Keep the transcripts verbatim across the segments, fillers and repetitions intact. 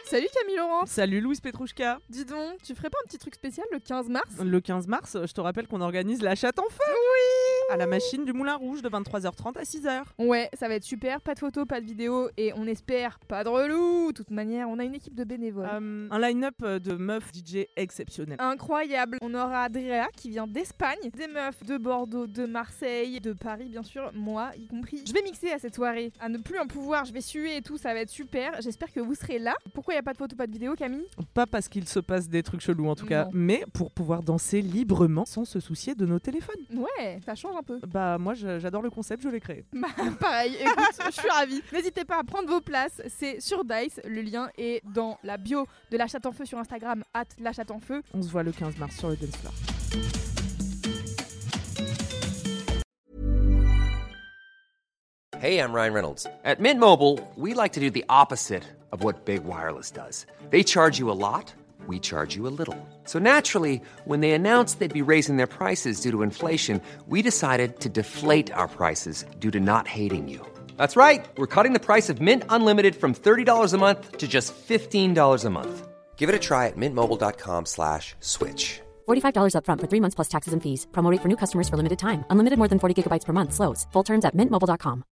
Salut Camille Laurent. Salut Louise Petrouchka. Dis donc, tu ferais pas un petit truc spécial le quinze mars ? Le quinze mars, je te rappelle qu'on organise la chatte en feu. Oui. À la machine du Moulin Rouge de vingt-trois heures trente à six heures. Ouais, ça va être super, pas de photos, pas de vidéos et on espère pas de relou. De toute manière, on a une équipe de bénévoles. Euh, un line-up de meufs D J exceptionnel. Incroyable. On aura Adrea qui vient d'Espagne, des meufs de Bordeaux, de Marseille, de Paris bien sûr, moi y compris. Je vais mixer à cette soirée, à ne plus en pouvoir, je vais suer et tout, ça va être super. J'espère que vous serez là. Pourquoi il y a pas de photos, pas de vidéos, Camille ? Pas parce qu'il se passe des trucs chelous en tout cas, Non. mais pour pouvoir danser librement sans se soucier de nos téléphones. Ouais, ça change un peu. Bah moi je- j'adore le concept, je l'ai créé. Bah, pareil, écoute, je suis ravie. N'hésitez pas à prendre vos places, c'est sur Dice, le lien est dans la bio de La Chatte en Feu sur Instagram, at La Chatte en Feu. On se voit le quinze mars sur le dance floor. Hey, I'm Ryan Reynolds. At Mint Mobile, we like to do the opposite of what Big Wireless does. They charge you a lot, we charge you a little. So naturally, when they announced they'd be raising their prices due to inflation, we decided to deflate our prices due to not hating you. That's right. We're cutting the price of Mint Unlimited from thirty dollars a month to just fifteen dollars a month. Give it a try at mintmobile.com slash switch. forty-five dollars up front for three months plus taxes and fees. Promo rate for new customers for limited time. Unlimited more than forty gigabytes per month. Slows full terms at mint mobile dot com.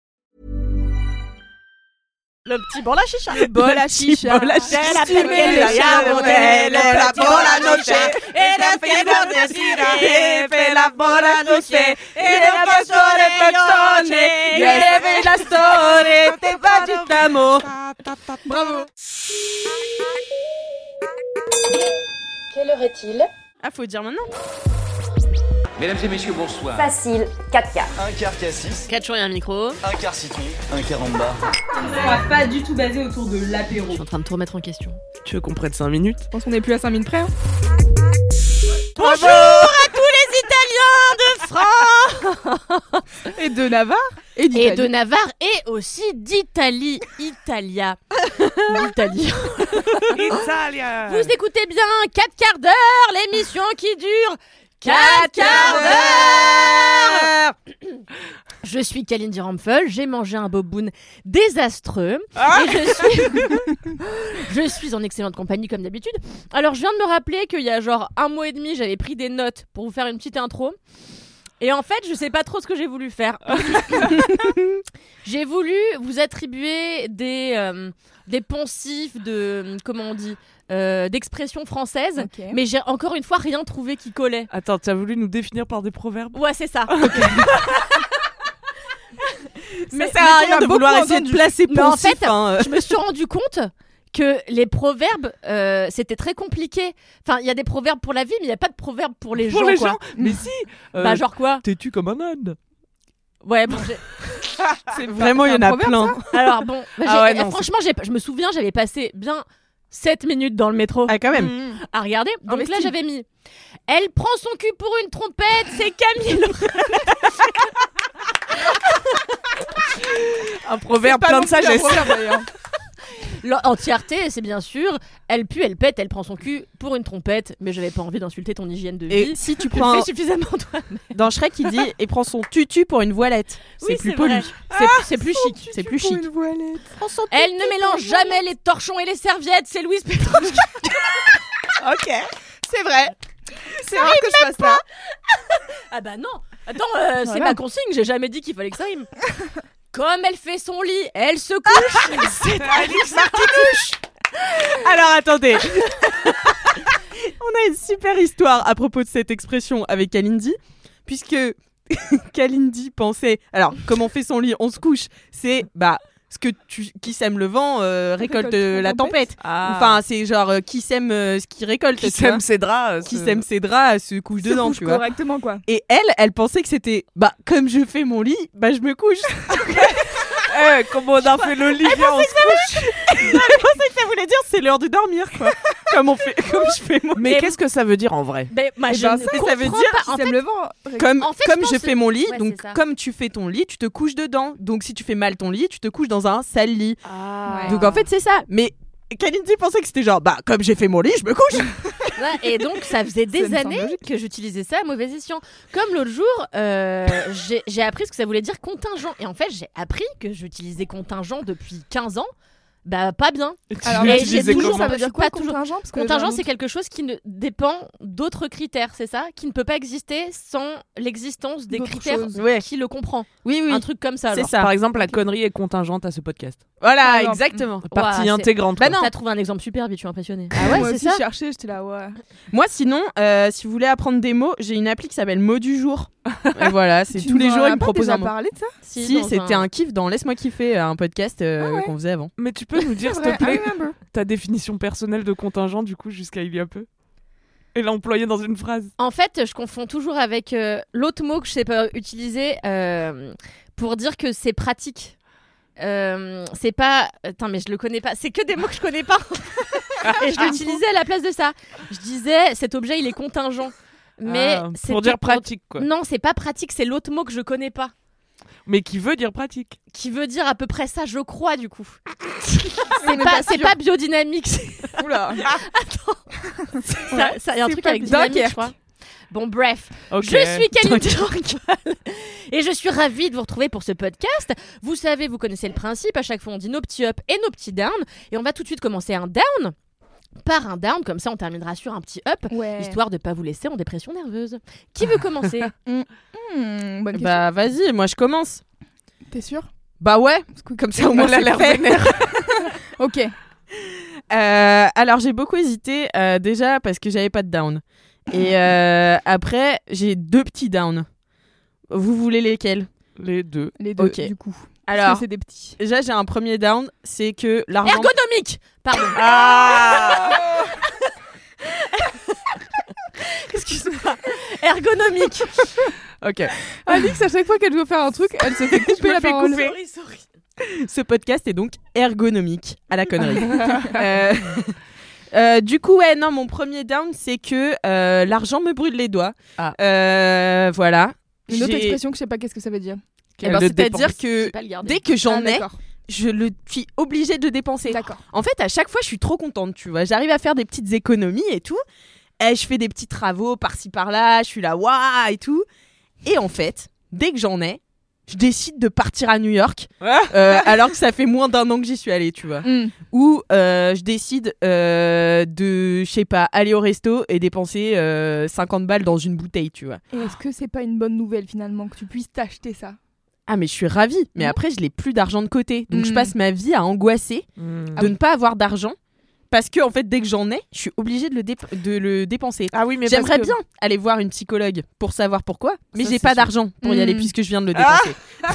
Le petit bol à chicha. Le bol à chicha. bol à chicha. La pequeña Yabonel, la bola noche, et la figura de Siré, fait la bola noche, et le pastore pastone, lleve la storia, te va du tamo. Bravo. Quelle heure est-il ? Ah, faut dire maintenant. Mesdames et messieurs, bonsoir. Facile, quatre quarts. Un quart cassis, quatre jours et un micro. un quart citron, un quart en bas. On va pas du tout basé autour de l'apéro. Je suis en train de tout remettre en question. Tu veux qu'on prenne cinq minutes ? Je pense qu'on est plus à cinq minutes près. Hein. Bonjour à tous les Italiens de France Et de Navarre. Et et d'Italie. de Navarre et aussi d'Italie. Italia. D'Italie. Italia. Vous écoutez bien quatre quarts d'heure, l'émission qui dure quatre quarts d'heure. Je suis Kalindi Rampfel, j'ai mangé un boboon désastreux et je suis... je suis en excellente compagnie comme d'habitude. Alors je viens de me rappeler qu'il y a genre un mois et demi, j'avais pris des notes pour vous faire une petite intro. Et en fait, je sais pas trop ce que j'ai voulu faire. J'ai voulu vous attribuer des, euh, des poncifs de... Comment on dit euh, d'expressions françaises. Ok. Mais j'ai encore une fois rien trouvé qui collait. Attends, tu as voulu nous définir par des proverbes ? Ouais, c'est ça. Mais Mais- ça sert mais à on rien a de beaucoup vouloir essayer de entendu. placer Mais en poncif. fait, hein. Je me suis rendu compte que les proverbes, euh, c'était très compliqué. Enfin, il y a des proverbes pour la vie, mais il n'y a pas de proverbes pour les Pour gens. les quoi. gens. Mais si. euh, Bah, genre quoi ? T'es-tu comme un âne ? Ouais, bon, j'ai... C'est Vraiment, il y en c'est un a proverbe, plein. Alors bon, bah, Ah j'ai- ouais, non, franchement, j'ai... je me souviens, j'avais passé bien sept minutes dans le métro Ah, quand même. Mmh. à regarder. Donc Investi. là, j'avais mis « Elle prend son cul pour une trompette, c'est Camille Laurent. Un proverbe Pas plein non de plus un sagesse. proverbe, d'ailleurs. » L'entièreté, c'est bien sûr « Elle pue, elle pète, elle prend son cul pour une trompette. » Mais j'avais pas envie d'insulter ton hygiène de vie. Et si tu Tu prends le un... fais suffisamment, toi. dans Shrek, il dit et prend son tutu pour une voilette. C'est Oui, plus c'est poli. vrai. C'est, c'est plus chic. C'est plus chic. Elle ne mélange jamais les torchons et les serviettes. C'est Louise Petrouchka. Ok, c'est vrai. C'est rare que je fasse ça. Ah bah non. Attends, euh, c'est Voilà. ma consigne. J'ai jamais dit qu'il fallait que ça rime. Comme elle fait son lit, elle se couche. C'est Alix Martinouche. Alors attendez. On a une super histoire à propos de cette expression avec Kalindi, puisque Kalindi pensait. Alors, comme on fait son lit, on se couche. C'est bah ce que tu qui sème le vent euh, récolte Récolte euh, la tempête. tempête. Enfin, c'est genre euh, qui sème euh, ce qui récolte. Qui tu vois. sème ses draps. Qui ce- sème ses draps se couche Se dedans, couche tu vois. correctement, quoi. Et elle, elle pensait que c'était bah comme je fais mon lit, bah je me couche. Eh, comment on a fait le lit, viens, on se couche. Elle pensait que ça voulait dire c'est l'heure de dormir, quoi. Comme on fait, comme je fais mon. Mais qu'est-ce que ça veut dire en vrai? Ben, moi, Eh je ben, ne ça, ça comprends veut dire pas. Qui En sème fait, le vent. Comme, En fait, comme je je, pense fais mon lit, Ouais, donc c'est ça. comme tu fais ton lit, tu te couches dedans. Donc si tu fais mal ton lit, tu te couches dans un sale lit. Ah. Donc en fait c'est ça. Mais Kalindi pensait que c'était genre bah comme j'ai fait mon lit, je me couche. Ouais, et donc ça faisait Ça des me semble années logique. que j'utilisais ça à mauvais escient. Comme l'autre jour, euh, j'ai, j'ai appris ce que ça voulait dire contingent. Et en fait, j'ai appris que j'utilisais contingent depuis quinze ans. Bah pas bien. Alors, Et là, j'ai tu disais toujours- comment ça veut je suis dire quoi, pas toujours- contingent Parce que Contingent, j'ai un c'est doute. quelque chose qui ne dépend d'autres critères, c'est ça, qui ne peut pas exister sans l'existence des D'autres critères choses. Ouais. qui le comprend. Oui, oui. Un truc comme ça. C'est alors. ça. Par exemple, la connerie est contingente à ce podcast. Voilà, Par exemple. exactement. Partie Ouah, c'est- intégrante. Bah quoi. non. T'as trouvé un exemple super vite, je suis impressionnée. Ah ouais, Moi c'est aussi, ça. je cherchais, j'étais là, ouais. Moi, sinon, euh, si vous voulez apprendre des mots, j'ai une appli qui s'appelle Mot du jour. Et voilà, c'est Tu tous les nous en jours, as ils me pas proposent déjà un mot. parlé de ça Si, dans c'était un kiff dans Laisse-moi kiffer, un podcast euh, Ah ouais. qu'on faisait avant. Mais tu peux nous dire, s'il C'est te vrai, I plaît, remember. ta définition personnelle de contingent, du coup, jusqu'à il y a peu et l'employer dans une phrase. En fait, je confonds toujours avec euh, l'autre mot que je sais pas utiliser euh, pour dire que c'est pratique. Euh, c'est pas. Attends, mais je le connais pas. C'est que des mots que je connais pas. Et je l'utilisais à la place de ça. Je disais, cet objet, il est contingent. Mais Ah, c'est pour dire peut-être pratique, quoi. Non, c'est pas pratique. C'est l'autre mot que je connais pas. Mais qui veut dire pratique. Qui veut dire à peu près ça, je crois, du coup. On C'est est pas, pas c'est sûr. pas biodynamique. c'est- Oula. Attends. Ça, ça, y a un c'est truc pas avec dynamique, Dunkerque. je crois. Bon, bref. Ok. Je suis Kalindi Rancal et je suis ravie de vous retrouver pour ce podcast. Vous savez, vous connaissez le principe. À chaque fois, on dit nos petits up et nos petits down. Et on va tout de suite commencer un down par un down. Comme ça, on terminera sur un petit up. Ouais. Histoire de pas vous laisser en dépression nerveuse. Qui veut commencer? Hmm, bonne question. Bah, vas-y, moi je commence. T'es sûr Bah ouais, comme ça au moins Elle a c'est l'air fait. vénère. Ok. Euh, alors j'ai beaucoup hésité euh, déjà parce que j'avais pas de down. Et euh, après j'ai deux petits downs. Vous voulez lesquels? Les deux. Les deux, Ok. du coup. Parce Alors que c'est des petits. déjà j'ai un premier down, c'est que l'argent. Ergonomique. Pardon. Ah Excuse-moi. Ergonomique. Ok. Alix, à chaque fois qu'elle doit faire un truc, elle se fait couper me la fais parole. couper. Sorry, sorry. Ce podcast est donc ergonomique à la connerie. Euh, euh, du coup, ouais, non, mon premier down, c'est que euh, l'argent me brûle les doigts. Ah. Euh, voilà. Une autre J'ai- expression que je sais pas qu'est-ce que ça veut dire. Eh ben, Elle le c'est-à-dire dépense. que J'ai pas le garder. dès que j'en Ah, ai, d'accord. je le suis obligée de dépenser. D'accord. En fait, à chaque fois, je suis trop contente, tu vois. J'arrive à faire des petites économies et tout. Et je fais des petits travaux par-ci par-là. Je suis là, waouh et tout. Et en fait, dès que j'en ai, je décide de partir à New York. euh, alors que ça fait moins d'un an que j'y suis allée, tu vois. Hmm. Ou euh, je décide euh, de, je sais pas, aller au resto et dépenser euh, cinquante balles dans une bouteille, tu vois. Et est-ce que c'est pas une bonne nouvelle finalement que tu puisses t'acheter ça? Ah mais je suis ravie. Mais Mhm. après, je n'ai plus d'argent de côté. Donc je Mhm. passe ma vie à angoisser Hmm. de ne pas avoir d'argent. Parce que en fait, dès que j'en ai, je suis obligée de le, dép- de le dépenser. Ah oui, mais J'aimerais parce que- bien aller voir une psychologue pour savoir pourquoi, mais Ça, j'ai c'est pas sûr. d'argent pour y Mhm. aller puisque je viens de le dépenser.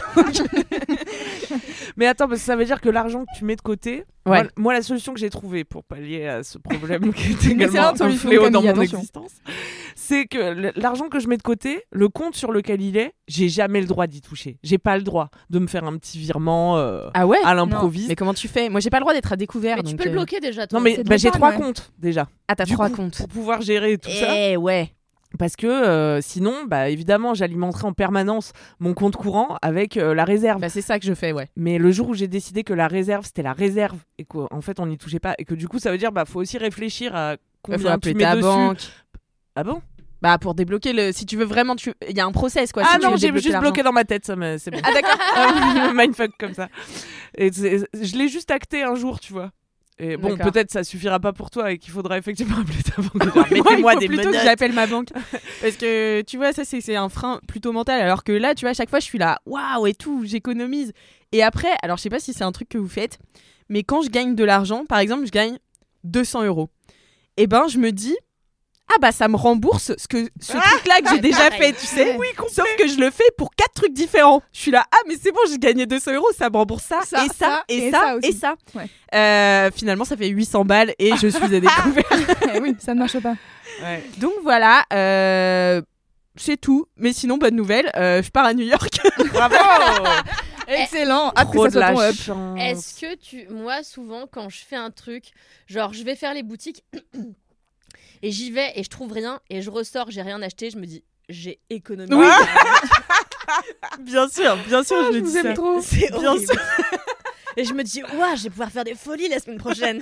Mais attends, parce que ça veut dire que l'argent que tu mets de côté. Ouais. Moi, moi, la solution que j'ai trouvée pour pallier à ce problème qui est Une également excellente un solution, fléau dans Camille, mon attention. existence, c'est que l- l'argent que je mets de côté, le compte sur lequel il est, j'ai jamais le droit d'y toucher. J'ai pas le droit de me faire un petit virement euh, Ah ouais à l'improviste. Mais comment tu fais? Moi, j'ai pas le droit d'être à découvert. Mais tu donc, peux le euh, bloquer déjà. toi. Non, mais c'est de bah, j'ai l'épargne, trois ouais. comptes déjà. Ah, t'as Du trois coup, comptes. Pour pouvoir gérer tout ça. Eh ouais. Parce que euh, sinon, bah, évidemment, j'alimenterais en permanence mon compte courant avec euh, la réserve. Bah, c'est ça que je fais, ouais. Mais le jour où j'ai décidé que la réserve, c'était la réserve et qu'en fait, on n'y touchait pas, et que du coup, ça veut dire bah faut aussi réfléchir à Il faut combien tu appeler mets ta dessus. banque. Ah bon? Bah, pour débloquer le. Si tu veux vraiment. Tu... Il y a un process, quoi. Ah si tu non, veux j'ai débloquer juste l'argent. bloqué dans ma tête, ça me- c'est bon. Ah, d'accord. Ah, mindfuck comme ça. Et c'est- je l'ai juste acté un jour, tu vois. Et bon, D'accord. peut-être ça suffira pas pour toi et qu'il faudra effectivement appeler ta banque. Moi, il Mettez-moi faut des plutôt que menottes. j'appelle ma banque. Parce que tu vois, ça c'est c'est un frein plutôt mental. Alors que là, tu vois, à chaque fois, je suis là, waouh et tout, j'économise. Et après, alors je sais pas si c'est un truc que vous faites, mais quand je gagne de l'argent, par exemple, je gagne deux cents euros. Et ben, je me dis, ah bah ça me rembourse ce, que, ce truc-là que j'ai déjà fait, tu sais. Oui, Sauf que je le fais pour quatre trucs différents. Je suis là, ah mais c'est bon, j'ai gagné deux cents euros, ça me rembourse ça, Ça, et ça, ça, et, et ça, ça aussi. et ça. Ouais. Euh, finalement, ça fait huit cents balles et je suis à découvert. Eh oui, ça ne marche pas. Ouais. Donc voilà, euh, c'est tout. Mais sinon, bonne nouvelle, euh, je pars à New York. Bravo. Excellent. Hâte que Trop ça de soit la ton up. chance. Est-ce que tu. Moi, souvent, quand je fais un truc, genre, je vais faire les boutiques et j'y vais et je trouve rien et je ressors, j'ai rien acheté, je me dis, j'ai économisé. Oui. Bien sûr, bien sûr, je Je me dis vous aime ça. trop. C'est Bien horrible. sûr. Et je me dis, ouah, je vais pouvoir faire des folies la semaine prochaine.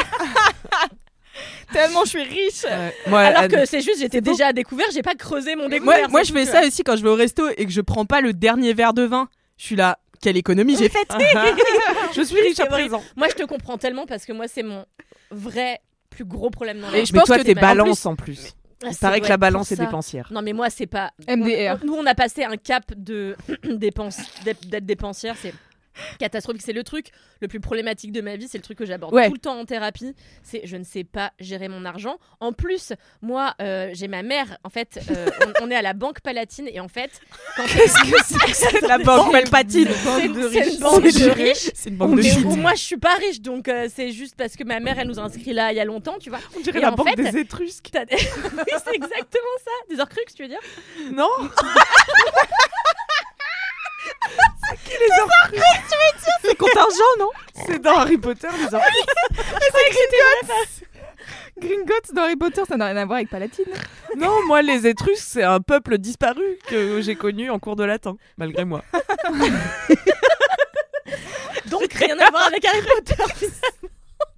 Tellement je suis riche. Ouais. Moi, Alors Anne- que c'est juste, j'étais c'est déjà à découvert, j'ai pas creusé mon Moi, découvert. moi c'est je tout, fais tu ça vois. aussi quand je vais au resto et que je prends pas le dernier verre de vin. Je suis là, quelle économie j'ai faite. Je suis riche C'est à vrai. présent. Moi, je te comprends tellement parce que moi, c'est mon vrai plus gros problème dans la Mais vie. je Mais pense toi, que t'es t'es- balance en plus. Ah, Il ça paraît doit que la être balance pour est ça. dépensière. Non, mais moi, c'est pas. M D R. On- nous, on a passé un cap de dépense, d'être d'être dépensière. C'est catastrophique. C'est le truc le plus problématique de ma vie. C'est le truc que j'aborde Ouais. tout le temps en thérapie. C'est je ne sais pas gérer mon argent. En plus, moi, euh, j'ai ma mère. En fait, euh, on, on est à la Banque Palatine et en fait, quand C'est la banque Palpatine. c'est une, c'est une banque de riches. C'est une banque de Mais shit. moi, je suis pas riche, donc euh, c'est juste parce que ma mère, elle nous a inscrits là il y a longtemps, tu vois. On dirait Et la en banque fait, des Étrusques. T'as des- oui, c'est exactement ça. Des Horcruxes, tu veux dire? Non. C'est qui les Horcruxes? C'est contingent, non? C'est dans Harry Potter, les Horcruxes. Gringotts dans Harry Potter, ça n'a rien à voir avec Palatine. Non, moi, les Étrusques, c'est un peuple disparu que j'ai connu en cours de latin, malgré moi. Donc rien à voir avec Harry Potter. finalement.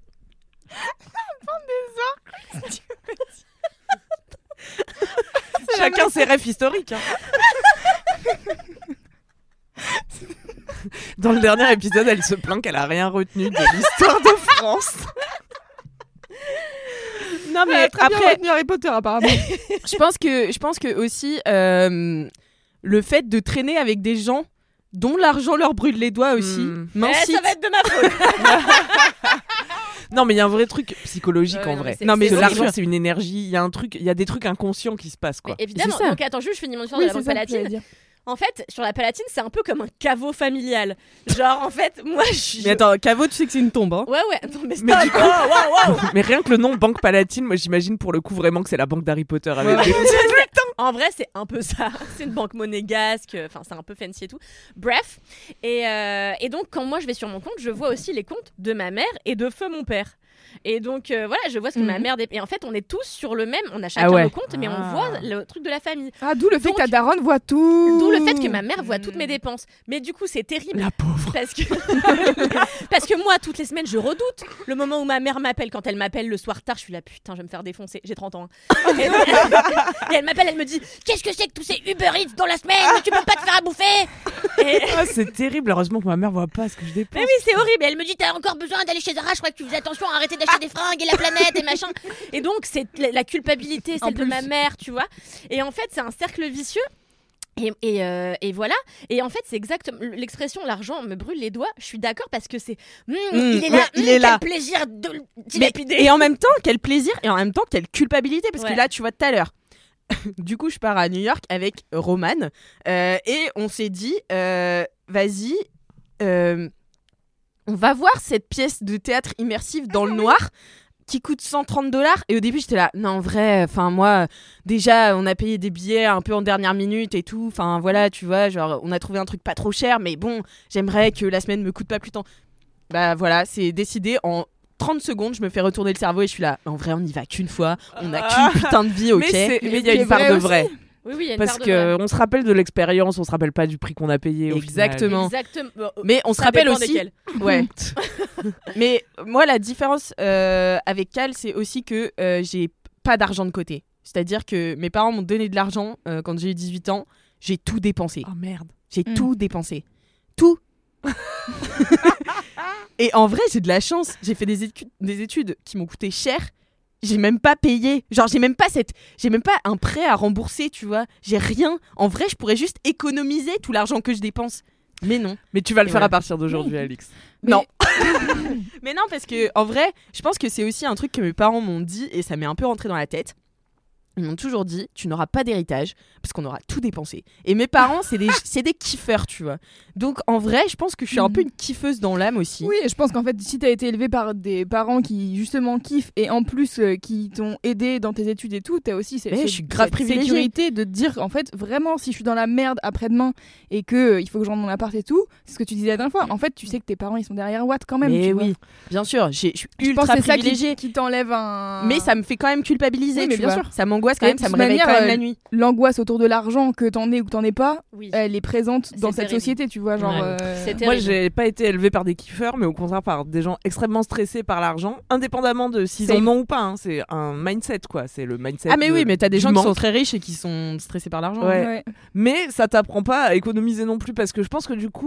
Chacun ses rêves historiques. hein. Dans le dernier épisode, elle se plaint qu'elle a rien retenu de l'histoire de France. Non, Mais mais très bien après, retenu Harry Potter apparemment. je pense que je pense que aussi euh, le fait de traîner avec des gens dont l'argent leur brûle les doigts aussi Hmm. Eh, m'incite. ça va être de ma faute. Non, mais il y a un vrai truc psychologique Ouais, en non, vrai. mais c'est- Non, mais Parce que c'est l'argent, horrible. c'est une énergie. Il y a un truc, il y a des trucs inconscients qui se passent, quoi. Mais évidemment. C'est ça. Donc attends, juste je finis mon histoire Oui, de la c'est Banque ça que j'allais Palatine. dire. En fait, sur la Palatine, c'est un peu comme un caveau familial. Genre, en fait, moi, je suis. Mais attends, caveau, tu sais que c'est une tombe, hein. Ouais, ouais. Non, mais, Mais stop. du coup- Wow, wow, wow. Mais rien que le nom Banque Palatine, moi j'imagine pour le coup vraiment que c'est la banque d'Harry Potter avec Ouais, des ouais. En vrai, c'est un peu ça. C'est une banque monégasque. Enfin, c'est un peu fancy et tout. Bref. Et, euh, et donc, quand moi je vais sur mon compte, je vois aussi les comptes de ma mère et de feu mon père. Et donc, euh, voilà, je vois ce que Mhm. ma mère. Dé... Et en fait, on est tous sur le même. On a chacun Ah ouais. nos comptes, mais on Ah. voit le truc de la famille. Ah, d'où le fait Donc- que ta daronne voit tout. D'où le fait que ma mère voit toutes Hmm. mes dépenses. Mais du coup, c'est terrible. La pauvre. Parce que... Parce que moi, toutes les semaines, je redoute le moment où ma mère m'appelle. Quand elle m'appelle le soir tard, je suis là, putain, je vais me faire défoncer. J'ai trente ans. hein. Et, et elle m'appelle, elle me dit, qu'est-ce que c'est que tous ces Uber Eats dans la semaine? Tu peux pas te faire à bouffer. Et... Ah, c'est terrible. Heureusement que ma mère voit pas ce que je dépense. Mais oui, c'est horrible. Et elle me dit, t'as encore besoin d'aller chez Zara. Je crois que tu faisais attention à arrêter d'acheter des fringues et la planète et machin. Et donc, c'est la, la culpabilité, En celle de plus. ma mère, tu vois. Et en fait, c'est un cercle vicieux. Et, et, euh, et voilà. Et en fait, c'est exactement l'expression l'argent me brûle les doigts. Je suis d'accord parce que c'est. hmm, il est là. ouais, il hmm, est quel là. plaisir de le Mais- dilapider. et en même temps, quel plaisir et en même temps, quelle culpabilité. Parce Ouais. que là, tu vois, tout à l'heure, du coup, je pars à New York avec Roman euh, et on s'est dit, euh, vas-y, euh, on va voir cette pièce de théâtre immersive dans le noir qui coûte cent trente dollars. Et au début, j'étais là, non, en vrai, enfin, moi, déjà, on a payé des billets un peu en dernière minute et tout. Enfin, voilà, tu vois, genre, on a trouvé un truc pas trop cher, mais bon, j'aimerais que la semaine me coûte pas plus tant. Bah voilà, c'est décidé. En trente secondes, je me fais retourner le cerveau et je suis là, en vrai, on n'y va qu'une fois. On a qu'une putain de vie, ok. Mais c'est- mais il y a c'est une part vrai de aussi. vrai. Oui, oui, il y a une Parce part de que vrai. on se rappelle de l'expérience, on se rappelle pas du prix qu'on a payé. Au Exactement. Exactement. Bon, Mais on se ça rappelle dépend aussi. desquels. Ouais. Mais moi, la différence euh, avec Cal, c'est aussi que euh, j'ai pas d'argent de côté. C'est-à-dire que mes parents m'ont donné de l'argent euh, quand j'ai eu dix-huit ans. J'ai tout dépensé. Oh merde. J'ai Mm. tout dépensé. Tout. Et en vrai, j'ai de la chance. J'ai fait des études, des études qui m'ont coûté cher. J'ai même pas payé. Genre, j'ai même pas cette, j'ai même pas un prêt à rembourser, tu vois. J'ai rien. En vrai, je pourrais juste économiser tout l'argent que je dépense. Mais non. Mais tu vas le Et faire voilà. à partir d'aujourd'hui, Alix. Mais- Non. Mais non, parce que en vrai, je pense que c'est aussi un truc que mes parents m'ont dit et ça m'est un peu rentré dans la tête. Ils m'ont toujours dit, tu n'auras pas d'héritage parce qu'on aura tout dépensé. Et mes parents, c'est des, c'est des kiffeurs, tu vois. Donc en vrai, je pense que je suis un peu une kiffeuse dans l'âme aussi. Oui, et je pense qu'en fait, si t'as été élevé par des parents qui justement kiffent et en plus euh, qui t'ont aidé dans tes études et tout, t'as aussi cette, Ouais, cette- je suis grave cette privilégiée. sécurité de te dire en fait vraiment si je suis dans la merde après-demain et que euh, il faut que je rende mon appart et tout, c'est ce que tu disais la dernière fois. En fait, tu sais que tes parents ils sont derrière Watt quand même. Mais tu oui, vois. bien sûr, j'ai- je suis Je pense ultra que c'est ça privilégiée. qui, qui t'enlève un. Mais ça me fait quand même culpabiliser, Oui, mais tu bien vois. sûr. Ça m'angoisse quand Et même, de ça me toute réveille manière, quand même euh, la nuit. L'angoisse autour de l'argent que t'en aies ou que t'en aies pas, Oui. elle est présente dans C'est cette terrible. société, tu vois, genre. Ouais. euh, C'est Moi, terrible. j'ai pas été élevée par des kiffeurs, mais au contraire par des gens extrêmement stressés par l'argent, indépendamment de s'ils Same. en ont ou pas. hein. C'est un mindset, quoi. C'est le mindset. Ah mais de- oui, mais t'as des du gens qui manque. sont très riches et qui sont stressés par l'argent. Ouais. ouais. Mais ça t'apprend pas à économiser non plus, parce que je pense que du coup,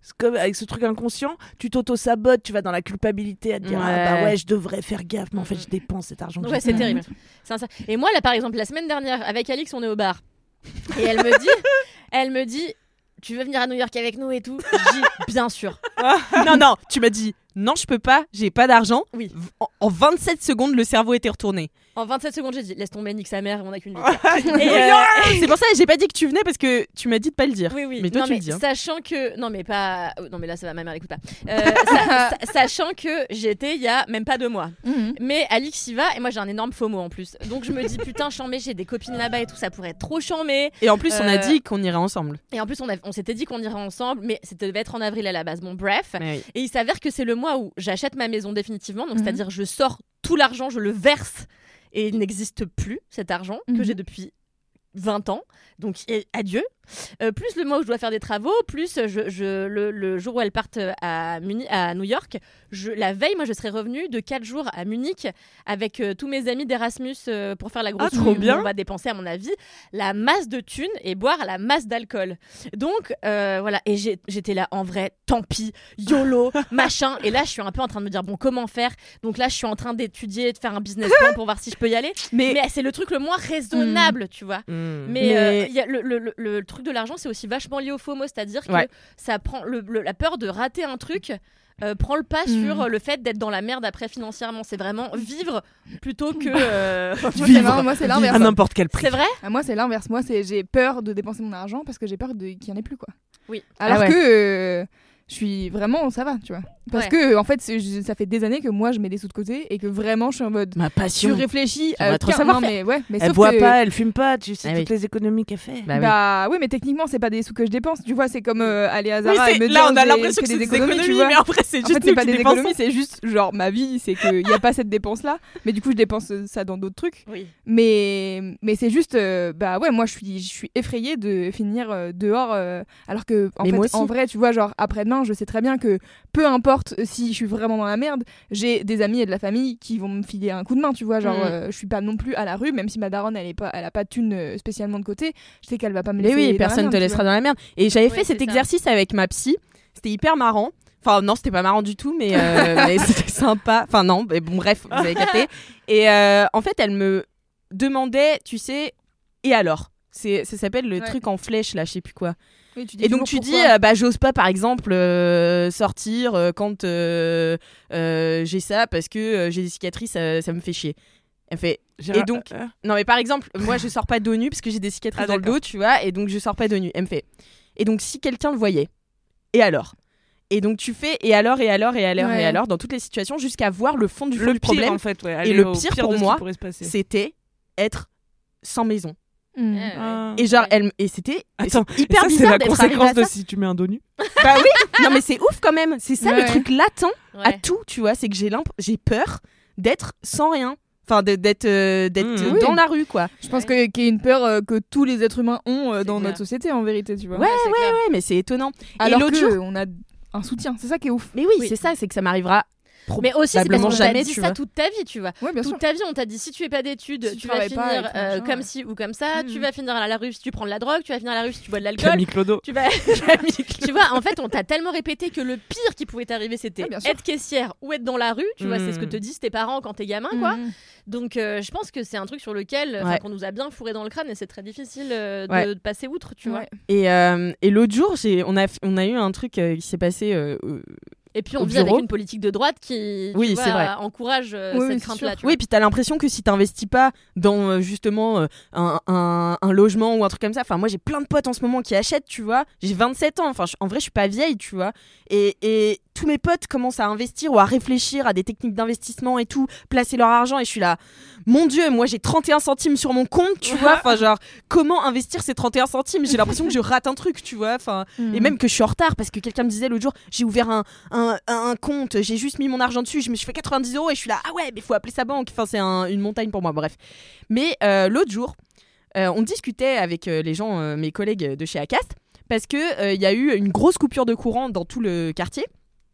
C'est comme avec ce truc inconscient, tu t'auto-sabotes, tu vas dans la culpabilité à te dire Ouais. ah bah ouais, je devrais faire gaffe, mais en fait je dépense cet argent. que Ouais, j'ai c'est pas. terrible. C'est un- Et moi, là, par exemple, la semaine dernière, avec Alix, on est au bar. Et elle me dit, elle me dit, tu veux venir à New York avec nous et tout? Je dis, bien sûr. non, non, tu m'as dit non, je peux pas, j'ai pas d'argent. Oui. V- En, en vingt-sept secondes, le cerveau était retourné. En vingt-sept secondes, j'ai dit, laisse tomber, nique sa mère, on a qu'une vie. Et, euh, C'est pour ça que j'ai pas dit que tu venais parce que tu m'as dit de pas le dire. Oui, oui. Mais toi, non, tu mais le dis. hein. Sachant que. Non, mais pas. Non, mais là, ça va, ma mère l'écoute pas. Euh, sa- sa- Sachant que j'étais il y a même pas deux mois. Mhm. Mais Alix y va, et moi, j'ai un énorme FOMO en plus. Donc, je me dis, putain, chambé, j'ai des copines là-bas et tout, ça pourrait être trop chambé. Et en plus, on a Euh, dit qu'on irait ensemble. Et en plus, on, a- on s'était dit qu'on irait ensemble, mais c'était devait être en avril à la base. Bon, bref. Mais oui. Et il s'avère que c'est le mois où j'achète ma maison définitivement. Donc, Mhm. c'est-à-dire, je sors tout l'argent, je le verse. Et il n'existe plus, cet argent, que Mhm. j'ai depuis vingt ans. Donc, et- adieu. Euh, plus le mois où je dois faire des travaux, plus je, je- le, le jour où elles partent à, Muni- à New York, je, la veille, moi, je serais revenue de quatre jours à Munich avec euh, tous mes amis d'Erasmus euh, pour faire la grosse Ah, trop nuit où bien. on va dépenser, à mon avis, la masse de thunes et boire la masse d'alcool. Donc, euh, voilà. Et j'ai- j'étais là, en vrai, tant pis, YOLO, machin. Et là, je suis un peu en train de me dire, bon, comment faire? Donc là, je suis en train d'étudier, de faire un business plan pour voir si je peux y aller. Mais, Mais c'est le truc le moins raisonnable, tu vois. Mm. Mais, Mais- euh, il y a le, le- le- le truc de l'argent, c'est aussi vachement lié au FOMO, c'est-à-dire que Ouais. ça prend le- le- la peur de rater un truc. euh, prend le pas Mm. sur le fait d'être dans la merde après financièrement. C'est vraiment vivre plutôt que euh, Moi, c'est l'in- Moi, c'est l'inverse. à n'importe quel prix. C'est vrai. Ah, moi, c'est l'inverse. Moi, c'est j'ai peur de dépenser mon argent parce que j'ai peur de... qu'il n'y en ait plus, quoi. Oui. Alors Ah ouais. que euh, je suis vraiment, ça va, tu vois. Parce Ouais. que, en fait, c'est- je- ça fait des années que moi, je mets des sous de côté et que vraiment, je suis en mode. ma Tu passion. réfléchis. J'aimerais euh, trop qu'un- savoir non, faire. mais ouais, mais Elle sauf boit que- pas, elle fume pas, tu sais Ah toutes oui. les économies qu'elle fait. Bah oui. Bah oui, mais techniquement, c'est pas des sous que je dépense. Tu vois, c'est comme euh, aller à Zara Oui, et c'est- me dire là, on a j'ai l'impression fait que c'est des des économies, économies, tu vois. mais après, c'est En juste fait, c'est nous pas qui des dépensons. économies, c'est juste genre ma vie, c'est qu'il n'y a pas cette dépense-là. Mais du coup, je dépense euh, ça dans d'autres trucs. Oui. Mais, mais c'est juste, euh, bah ouais, moi je suis, je suis effrayée de finir euh, dehors. euh, alors que, en, Mais fait, moi aussi. en vrai, tu vois, genre après-demain, je sais très bien que peu importe si je suis vraiment dans la merde, j'ai des amis et de la famille qui vont me filer un coup de main, tu vois. Genre, Mm. euh, je suis pas non plus à la rue, même si ma daronne, elle, est pas, elle a pas de thune euh, spécialement de côté. Je sais qu'elle va pas me Mais laisser. oui, dans la personne merde, te tu laissera vois. dans la merde. Et j'avais Oui, fait cet c'est ça. exercice avec ma psy. C'était hyper marrant. Enfin, non, c'était pas marrant du tout, mais, euh, mais c'était sympa. Enfin, non, mais bon, bref, vous avez capté. Et euh, en fait, elle me demandait, tu sais, et alors c'est, ça s'appelle le Ouais. truc en flèche, là, je sais plus quoi. Oui, tu dis Et donc toujours tu dis, pourquoi. euh, bah j'ose pas par exemple euh, sortir euh, quand euh, euh, j'ai ça parce que euh, j'ai des cicatrices, ça, ça me fait chier. Elle fait, J'ai- et donc, euh, non mais par exemple, moi je sors pas dos nu parce que j'ai des cicatrices Ah, dans le d'accord. dos, tu vois, et donc je sors pas dos nu. Elle me fait, et donc si quelqu'un le voyait, et alors? Et donc tu fais, et alors, et alors, et alors, Ouais. et alors, dans toutes les situations jusqu'à voir le fond du fond le du pire problème. en fait, ouais. Et aller le au pire pire pour de ce qui moi, pourrait se passer. C'était être sans maison. Mm. Ouais, ouais. Ah. Et genre, Ouais. elle, m- et c'était Attends, c'est hyper ça, c'est bizarre la d'être arrivé conséquence à de ça. si tu mets un dos nu. Bah oui, non mais c'est ouf quand même. C'est ça Ouais, le ouais. truc latent à Ouais. tout, tu vois, c'est que j'ai l'imp- j'ai peur d'être sans rien. Enfin, de- d'être euh, d'être Mmh. euh, dans Oui. la rue, quoi. Je pense que- qu'il y a une peur euh, que tous les êtres humains ont euh, C'est dans clair. notre société, en vérité, tu vois. Ouais, c'est clair. Ouais, mais c'est étonnant. Alors l'autre que jour- on a un soutien, c'est ça qui est ouf. Mais oui, Oui. c'est ça, c'est que ça m'arrivera Mais aussi, c'est parce probablement qu'on t'a jamais, dit tu ça vois. toute ta vie, tu vois. Ouais, bien sûr. Toute ta vie, on t'a dit si tu fais pas d'études, Si tu tu vas travailles pas finir et tout, euh, machin, comme ouais. ci ou comme ça. Tu Mhm. vas finir à la rue si tu prends de la drogue. Tu vas finir à la rue si tu bois de l'alcool. Camille Clodo. Tu vas. tu vois, en fait, on t'a tellement répété que le pire qui pouvait t'arriver, c'était Ah, bien sûr. être caissière ou être dans la rue. Tu vois, c'est ce que Mhm. te disent tes parents quand t'es gamin, quoi. Mhm. Donc, euh, je pense que c'est un truc sur lequel, enfin, Ouais. qu'on nous a bien fourré dans le crâne et c'est très difficile euh, de, Ouais. de passer outre, tu vois. Ouais. Et, euh, et l'autre jour, j'ai, on, a, f- on a eu un truc euh, qui s'est passé. euh, euh, Et puis, on Au vit avec bureau. une politique de droite qui, tu Oui, vois, c'est vrai. encourage euh, Oui, oui, cette c'est crainte-là. sûr. tu Oui, vois. puis t'as l'impression que si t'investis pas dans euh, justement euh, un, un, un logement ou un truc comme ça, enfin moi j'ai plein de potes en ce moment qui achètent, tu vois, j'ai vingt-sept ans, enfin je- en vrai je suis pas vieille, tu vois, et, et tous mes potes commencent à investir ou à réfléchir à des techniques d'investissement et tout, placer leur argent et je suis là, mon dieu, moi j'ai trente et un centimes sur mon compte, tu vois, enfin genre comment investir ces trente et un centimes, j'ai l'impression que je rate un truc, tu vois, enfin Mhm. et même que je suis en retard parce que quelqu'un me disait l'autre jour, j'ai ouvert un, un, un compte, j'ai juste mis mon argent dessus, je me suis fait quatre-vingt-dix euros et je suis là, ah ouais, mais faut appeler sa banque. Enfin, c'est un- une montagne pour moi, bref. Mais euh, l'autre jour, euh, on discutait avec euh, les gens, euh, mes collègues de chez Acast, parce qu'il il y a eu une grosse coupure de courant dans tout le quartier.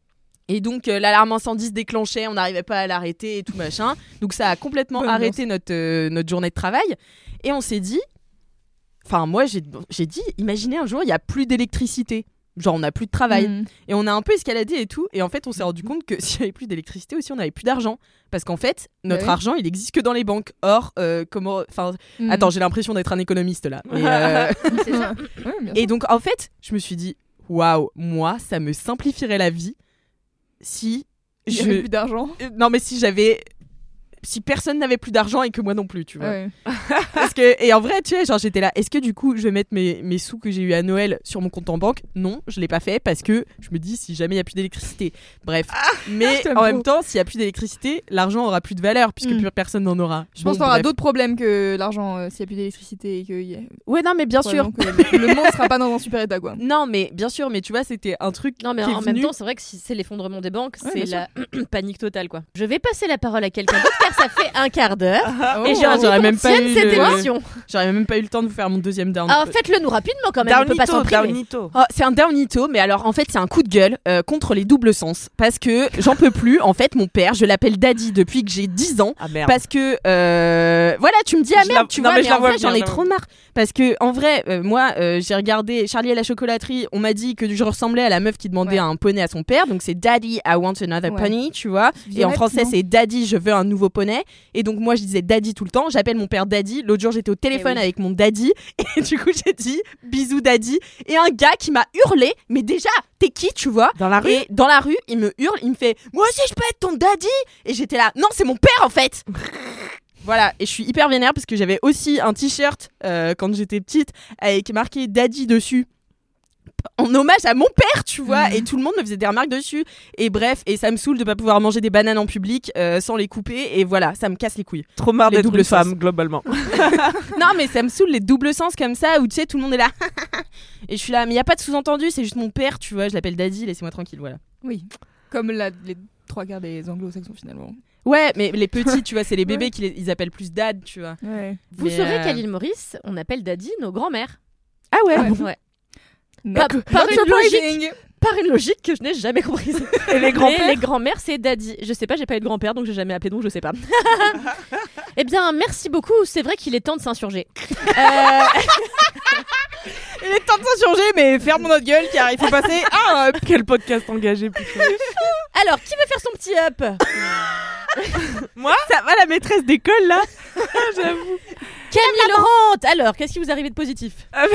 Et donc, euh, l'alarme incendie se déclenchait, on n'arrivait pas à l'arrêter et tout machin. Donc, ça a complètement Bonne arrêté notre, euh, notre journée de travail. Et on s'est dit, enfin, moi, j'ai j'ai dit, imaginez un jour, il n'y a plus d'électricité. genre on n'a plus de travail. Mm. Et on a un peu escaladé et tout. Et en fait, on s'est rendu compte que s'il n'y avait plus d'électricité aussi, on n'avait plus d'argent. Parce qu'en fait, notre Bah oui. argent, il existe que dans les banques. Or, euh, comment. Enfin, Mm. attends, j'ai l'impression d'être un économiste là. Mais, euh, C'est ça. Ouais, bien Et sûr. donc, en fait, je me suis dit, waouh, moi, ça me simplifierait la vie si Il y je. avait plus d'argent. Euh, Non, mais si j'avais. Si personne n'avait plus d'argent et que moi non plus, tu vois. Ouais. Parce que, et en vrai, tu sais, genre j'étais là, est-ce que du coup je vais mettre mes, mes sous que j'ai eu à Noël sur mon compte en banque? Non, je l'ai pas fait parce que je me dis si jamais il y a plus d'électricité. Bref, mais j'aime en trop. même temps, s'il y a plus d'électricité, l'argent aura plus de valeur puisque Mm. plus personne n'en aura. Je pense Bon, qu'on aura bref. d'autres problèmes que l'argent euh, s'il n'y a plus d'électricité et que y a... Ouais, non, mais bien sûr. probablement que le, le monde sera pas dans un super état quoi. Non, mais bien sûr, mais tu vois, c'était un truc Non, mais qui est en venu... même temps, c'est vrai que si c'est l'effondrement des banques, Ouais, c'est bien la panique totale, quoi. Je vais passer la parole à quelqu'un d'autre car ça fait un quart d'heure et j'ai Oh, envie j'aurais qu'on même pas tienne eu cette le- émission. J'aurais même pas eu le temps de vous faire mon deuxième down. Ah, faites-le nous rapidement quand même, on peut pas s'en Downito, priver. Downito. Oh, c'est un downito, mais alors en fait c'est un coup de gueule euh, contre les doubles sens parce que j'en peux plus. En fait, mon père, je l'appelle Daddy depuis que j'ai dix ans. Ah merde. Parce que euh, voilà, tu me dis ah Je merde, la- tu non, vois, mais mais, je la en vois vrai bien, j'en je ai la trop vois. marre parce que en vrai, euh, moi euh, j'ai regardé Charlie et la chocolaterie, on m'a dit que je ressemblais à la meuf qui demandait Ouais. un poney à son père, donc c'est Daddy, I want another Ouais. pony, tu vois. Et en Violette, français non c'est Daddy, je veux un nouveau poney. Et donc moi je disais Daddy tout le temps. J'appelle mon père Daddy. L'autre jour j'étais au téléphone oui. avec mon Daddy et du coup j'ai dit bisous Daddy et un gars qui m'a hurlé, mais déjà t'es qui, tu vois? Dans la rue. Et dans la rue, il me hurle, il me fait moi aussi je peux être ton daddy. Et j'étais là, non c'est mon père en fait. Voilà, et je suis hyper vénère parce que j'avais aussi un t-shirt euh, quand j'étais petite avec marqué daddy dessus. En hommage à mon père, tu vois, Mhm. et tout le monde me faisait des remarques dessus. Et bref, et ça me saoule de pas pouvoir manger des bananes en public euh, sans les couper. Et voilà, ça me casse les couilles. Trop marre Les d'être doubles une femme, sens. globalement. Non, mais ça me saoule les doubles sens comme ça où tu sais, tout le monde est là. Et je suis là, mais y a pas de sous-entendu, c'est juste mon père, tu vois, je l'appelle daddy, laissez-moi tranquille, voilà. Oui. Comme la- les trois quarts des anglo-saxons finalement. Ouais, mais les petits, tu vois, c'est les bébés Ouais. qui les, ils appellent plus dad, tu vois. Ouais. Vous Mais, saurez euh, qu'à l'île Maurice, on appelle daddy nos grands-mères. Ah ouais, Ouais. Ouais. Not- Par- par not une surprising. Par une logique que je n'ai jamais comprise. Et les Mais grands-pères les grands-mères, c'est daddy. Je sais pas, j'ai pas eu de grand-père, donc j'ai jamais appelé, donc je sais pas. Eh bien, merci beaucoup. C'est vrai qu'il est temps de s'insurger. Euh, il est temps de s'insurger, mais ferme notre gueule car il faut passer à un Quel podcast engagé, putain. Alors, qui veut faire son petit up? Moi, ça va la maîtresse d'école là. J'avoue. Camille Laurent. Alors, qu'est-ce qui vous arrive de positif?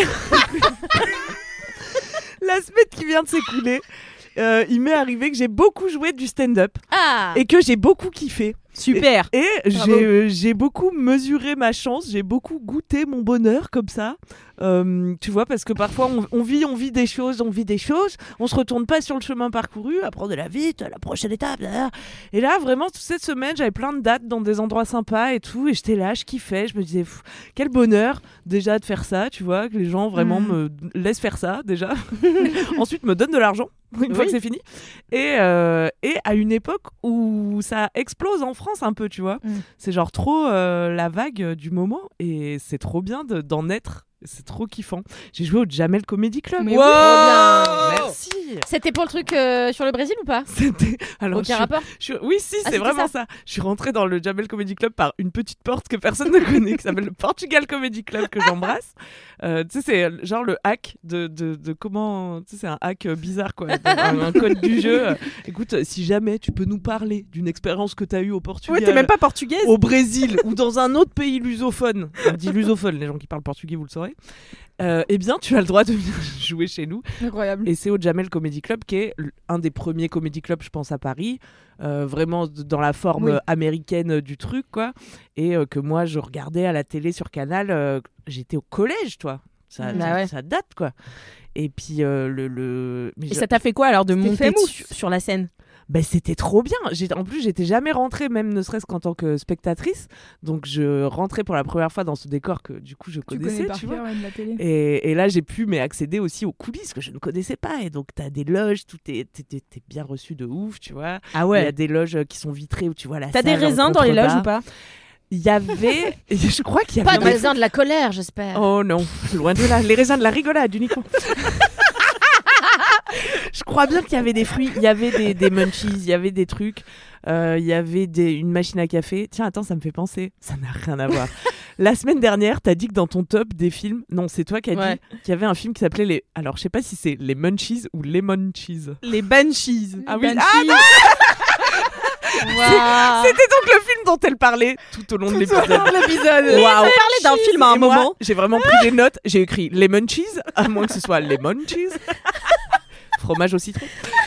La semaine qui vient de s'écouler, euh, il m'est arrivé que j'ai beaucoup joué du stand-up Ah. et que j'ai beaucoup kiffé. Super. Et Bravo. j'ai euh, j'ai beaucoup mesuré ma chance, j'ai beaucoup goûté mon bonheur comme ça. Euh, tu vois, parce que parfois on, on vit, on vit des choses, on vit des choses, on se retourne pas sur le chemin parcouru, apprendre de la vite, la prochaine étape. Là. Et là, vraiment, toute cette semaine, j'avais plein de dates dans des endroits sympas et tout, et j'étais là, je kiffais, je me disais, pff, quel bonheur déjà de faire ça, tu vois, que les gens vraiment Mm. me laissent faire ça déjà. Ensuite, me donnent de l'argent une fois Oui. que c'est fini. Et, euh, et à une époque où ça explose en France un peu, tu vois. Mm. C'est genre trop euh, la vague du moment et c'est trop bien de- d'en être. C'est trop kiffant. J'ai joué au Jamel Comedy Club. Mais Wow. oui. Merci. C'était pour le truc euh, sur le Brésil ou pas? C'était alors je Aucun suis- rapport. je suis- Oui, si, Ah, c'est c'était vraiment ça. ça. Je suis rentrée dans le Jamel Comedy Club par une petite porte que personne ne connaît, qui s'appelle le Portugal Comedy Club, que j'embrasse. Euh, tu sais, c'est euh, genre le hack de, de, de comment. Tu sais, c'est un hack euh, bizarre, quoi. un, un code du jeu. Euh, écoute, euh, si jamais tu peux nous parler d'une expérience que tu as eue au Portugal. Ouais, t'es même pas portugaise. Au Brésil ou dans un autre pays lusophone, on dit lusophone, les gens qui parlent portugais, vous le saurez, euh, eh bien, tu as le droit de venir jouer chez nous. Incroyable. Et c'est au Jamel Comedy Club, qui est l- un des premiers comedy clubs, je pense, à Paris, euh, vraiment d- dans la forme Oui. euh, américaine euh, du truc, quoi. Et euh, que moi, je regardais à la télé sur Canal, euh, j'étais au collège, toi. Ça, Bah ça, ouais. ça date, quoi. Et puis, euh, le... le... mais Et je- ça t'a fait quoi alors de C'était monter famous. sur, sur la scène? Ben, c'était trop bien. J'ai- En plus, j'étais jamais rentrée, même ne serait-ce qu'en tant que spectatrice. Donc, je rentrais pour la première fois dans ce décor que, du coup, je Tu connaissais, connais par tu vois. cœur ouais, de la télé. Et, et là, j'ai pu mais, accéder aussi aux coulisses que je ne connaissais pas. Et donc, tu as des loges, tout est, t'es, t'es- t'es bien reçu de ouf, tu vois. Ah Il y a des loges qui sont vitrées où tu vois la T'as des salle en raisins dans les loges ou contrebas. pas? Il y avait... Je crois qu'il y Pas avait... de raisin de la colère, j'espère. Oh non, loin de là. Les raisins de la rigolade, uniquement. Je crois bien qu'il y avait des fruits, il y avait des, des munchies, il y avait des trucs, euh, il y avait des, une machine à café. Tiens, attends, ça me fait penser. Ça n'a rien à voir. La semaine dernière, t'as dit que dans ton top des films, non, c'est toi qui as Ouais. dit qu'il y avait un film qui s'appelait les. Alors, je sais pas si c'est les Munchies ou Lemon Cheese. Les Banshees. Ah oui, Banshees. ah non, Waouh. c'était donc le film dont elle parlait tout au long de l'épisode. l'épisode. Waouh. Parler d'un film à un Et moi, moment. j'ai vraiment pris des notes. J'ai écrit lemon cheese, à moins que ce soit lemon cheese. Fromage au citron.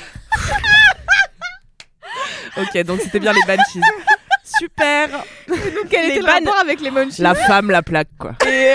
Ok, donc c'était bien les Banshees. Super. Donc, quel Les était le ban- rapport avec les munchies? La femme, la plaque, quoi. Et...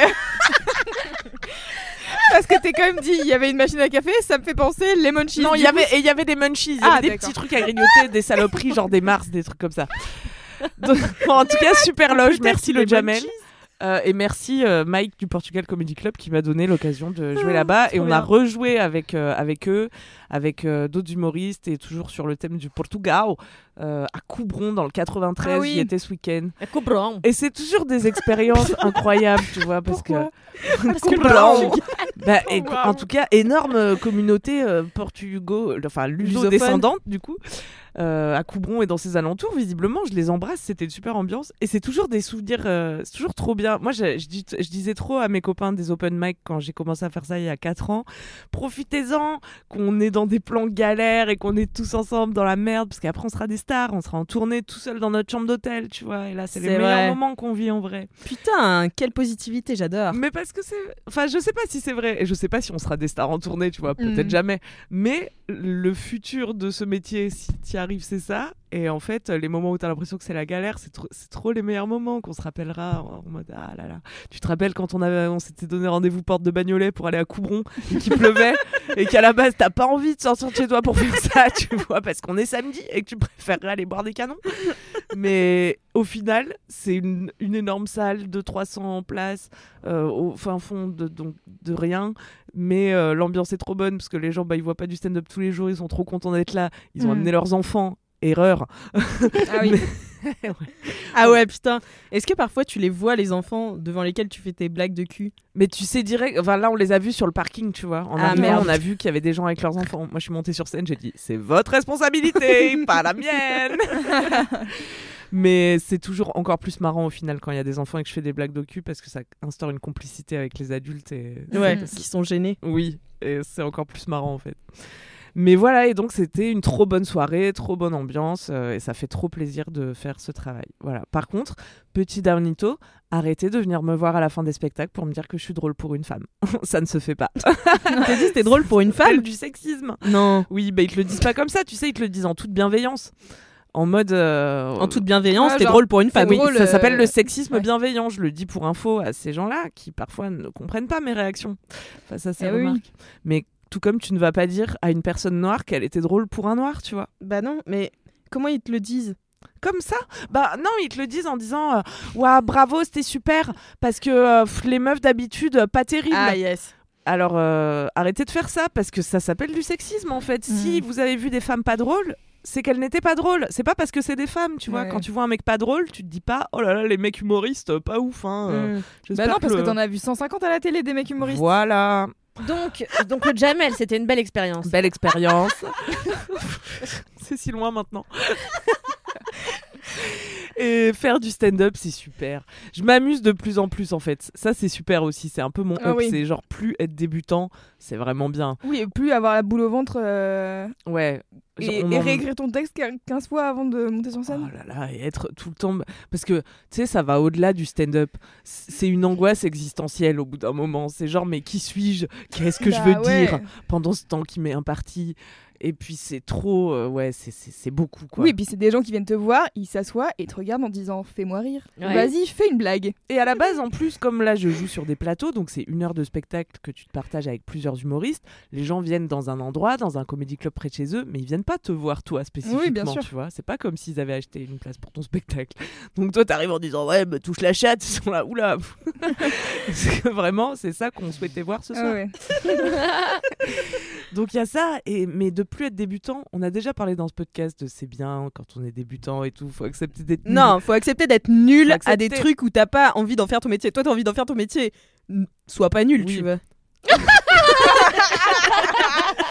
Parce que t'es quand même dit, il y avait une machine à café, ça me fait penser les munchies. Non, il Du y coup, avait et il y avait des munchies, il y Ah, avait des d'accord. petits trucs à grignoter, des saloperies, genre des Mars, des trucs comme ça. Donc, bon, en tout cas, super loge. Peut-être Merci les le Jamel. Munchies. Euh, et merci euh, Mike du Portugal Comedy Club qui m'a donné l'occasion de jouer là-bas. Et trop on a bien. rejoué avec, euh, avec eux, avec euh, d'autres humoristes et toujours sur le thème du Portugal, euh, à Coubron dans le quatre-vingt-treize. Ah oui. J'y étais ce week-end. Comprends. Et c'est toujours des expériences incroyables, tu vois, parce Pourquoi que Parce Coubron. Bah, et- Wow. En tout cas, énorme euh, communauté euh, portugo, enfin luso-descendante du coup, euh, à Coubron et dans ses alentours. Visiblement, je les embrasse, c'était une super ambiance et c'est toujours des souvenirs, euh, c'est toujours trop bien. Moi, je, je, dis- je disais trop à mes copains des open mic quand j'ai commencé à faire ça il y a quatre ans, profitez-en, qu'on est dans des plans galères et qu'on est tous ensemble dans la merde, parce qu'après on sera des stars, on sera en tournée tout seul dans notre chambre d'hôtel, tu vois. Et là, c'est les C'est meilleurs vrai. moments qu'on vit en vrai. Putain, quelle positivité, j'adore. Mais parce que c'est. Enfin, je sais pas si c'est vrai. Et je sais pas si on sera des stars en tournée, tu vois. Peut-être Mm. jamais. Mais le futur de ce métier, si t'y arrives, c'est ça. Et en fait, les moments où t'as l'impression que c'est la galère, c'est trop, c'est trop les meilleurs moments qu'on se rappellera en, en mode ah là là. Tu te rappelles quand on, avait, on s'était donné rendez-vous porte de Bagnolet pour aller à Coubron et qu'il pleuvait et qu'à la base, t'as pas envie de sortir de chez toi pour faire ça, tu vois, parce qu'on est samedi et que tu préférerais aller boire des canons. Mais au final, c'est une, une énorme salle de trois cents places euh, au fin fond de, donc, de rien. Mais euh, l'ambiance est trop bonne parce que les gens, bah, ils voient pas du stand-up tous les jours, ils sont trop contents d'être là. Ils ont Mm. amené leurs enfants. Erreur. Ah oui. Ouais. Ah ouais, putain. Est-ce que parfois tu les vois, les enfants devant lesquels tu fais tes blagues de cul? Mais tu sais direct, enfin là on les a vus sur le parking, tu vois. En Ah, arrivant, merde. on a vu qu'il y avait des gens avec leurs enfants. Moi je suis montée sur scène, j'ai dit c'est votre responsabilité, pas la mienne. Mais c'est toujours encore plus marrant au final quand il y a des enfants et que je fais des blagues de cul parce que ça instaure une complicité avec les adultes et Ouais, Mm. qui sont gênés. oui, et c'est encore plus marrant en fait. Mais voilà, et donc c'était une trop bonne soirée, trop bonne ambiance, euh, et ça fait trop plaisir de faire ce travail. Voilà. Par contre, petit Downito, arrêtez de venir me voir à la fin des spectacles pour me dire que je suis drôle pour une femme. Ça ne se fait pas. T'as dit c'était drôle pour une Femme femme? du sexisme. Non. Oui, bah ils te le disent pas comme ça, tu sais, ils te le disent en toute bienveillance. En mode... euh, En toute bienveillance, Ah, t'es genre, drôle pour une femme. oui, drôle, ça euh, s'appelle le sexisme ouais. bienveillant. Je le dis pour info à ces gens-là qui parfois ne comprennent pas mes réactions face à ces Eh oui. remarques. Mais tout comme tu ne vas pas dire à une personne noire qu'elle était drôle pour un noir, tu vois. Bah non, mais comment ils te le disent? Comme ça. Bah non, ils te le disent en disant euh, Ouah, bravo, c'était super parce que euh, pff, les meufs d'habitude euh, pas terribles. Ah yes. Alors euh, arrêtez de faire ça parce que ça s'appelle du sexisme en fait. Si Mm. vous avez vu des femmes pas drôles, c'est qu'elles n'étaient pas drôles. C'est pas parce que c'est des femmes, tu vois. Ouais. Quand tu vois un mec pas drôle, tu te dis pas oh là là, les mecs humoristes, euh, pas ouf hein. euh, Mm. j'espère Bah non, parce que le- t'en as vu cent cinquante à la télé des mecs humoristes. Voilà. Donc, donc le Jamel, c'était une belle expérience. Belle expérience. C'est si loin maintenant. Et faire du stand-up, c'est super. Je m'amuse de plus en plus en fait. Ça, c'est super aussi. C'est un peu mon Ah up. oui. C'est genre plus être débutant, c'est vraiment bien. Oui, et plus avoir la boule au ventre euh, Ouais. Genre, et, on et en- réécrire ton texte quinze fois avant de monter sur scène. Oh là là, et être tout le temps. Parce que, tu sais, ça va au-delà du stand-up. C'est une angoisse existentielle au bout d'un moment. C'est genre, mais qui suis-je? Qu'est-ce que je Bah veux ouais. dire pendant ce temps qui m'est imparti? Et puis, c'est trop. euh, ouais, c'est- c'est c'est beaucoup, quoi. Oui, et puis c'est des gens qui viennent te voir, ils s'assoient et te regardent en disant fais-moi rire. Ouais. Vas-y, fais une blague. Et à la base, en plus, comme là, je joue sur des plateaux, donc c'est une heure de spectacle que tu te partages avec plusieurs humoristes. Les gens viennent dans un endroit, dans un comédie club près de chez eux, mais ils viennent pas te voir toi spécifiquement, Oui, bien sûr. tu vois. C'est pas comme s'ils avaient acheté une place pour ton spectacle. Donc toi, t'arrives en disant ouais, me touche la chatte, ils sont là, oula. C'est que vraiment, c'est ça qu'on souhaitait voir ce soir. Ah ouais. Donc il y a ça, et mais de plus être débutant, on a déjà parlé dans ce podcast de c'est bien quand on est débutant et tout, faut accepter d'être nul. Non, faut accepter d'être nul Faut à des accepter. trucs où t'as pas envie d'en faire ton métier. Toi, t'as envie d'en faire ton métier. N- Sois pas nul, Oui. tu vois.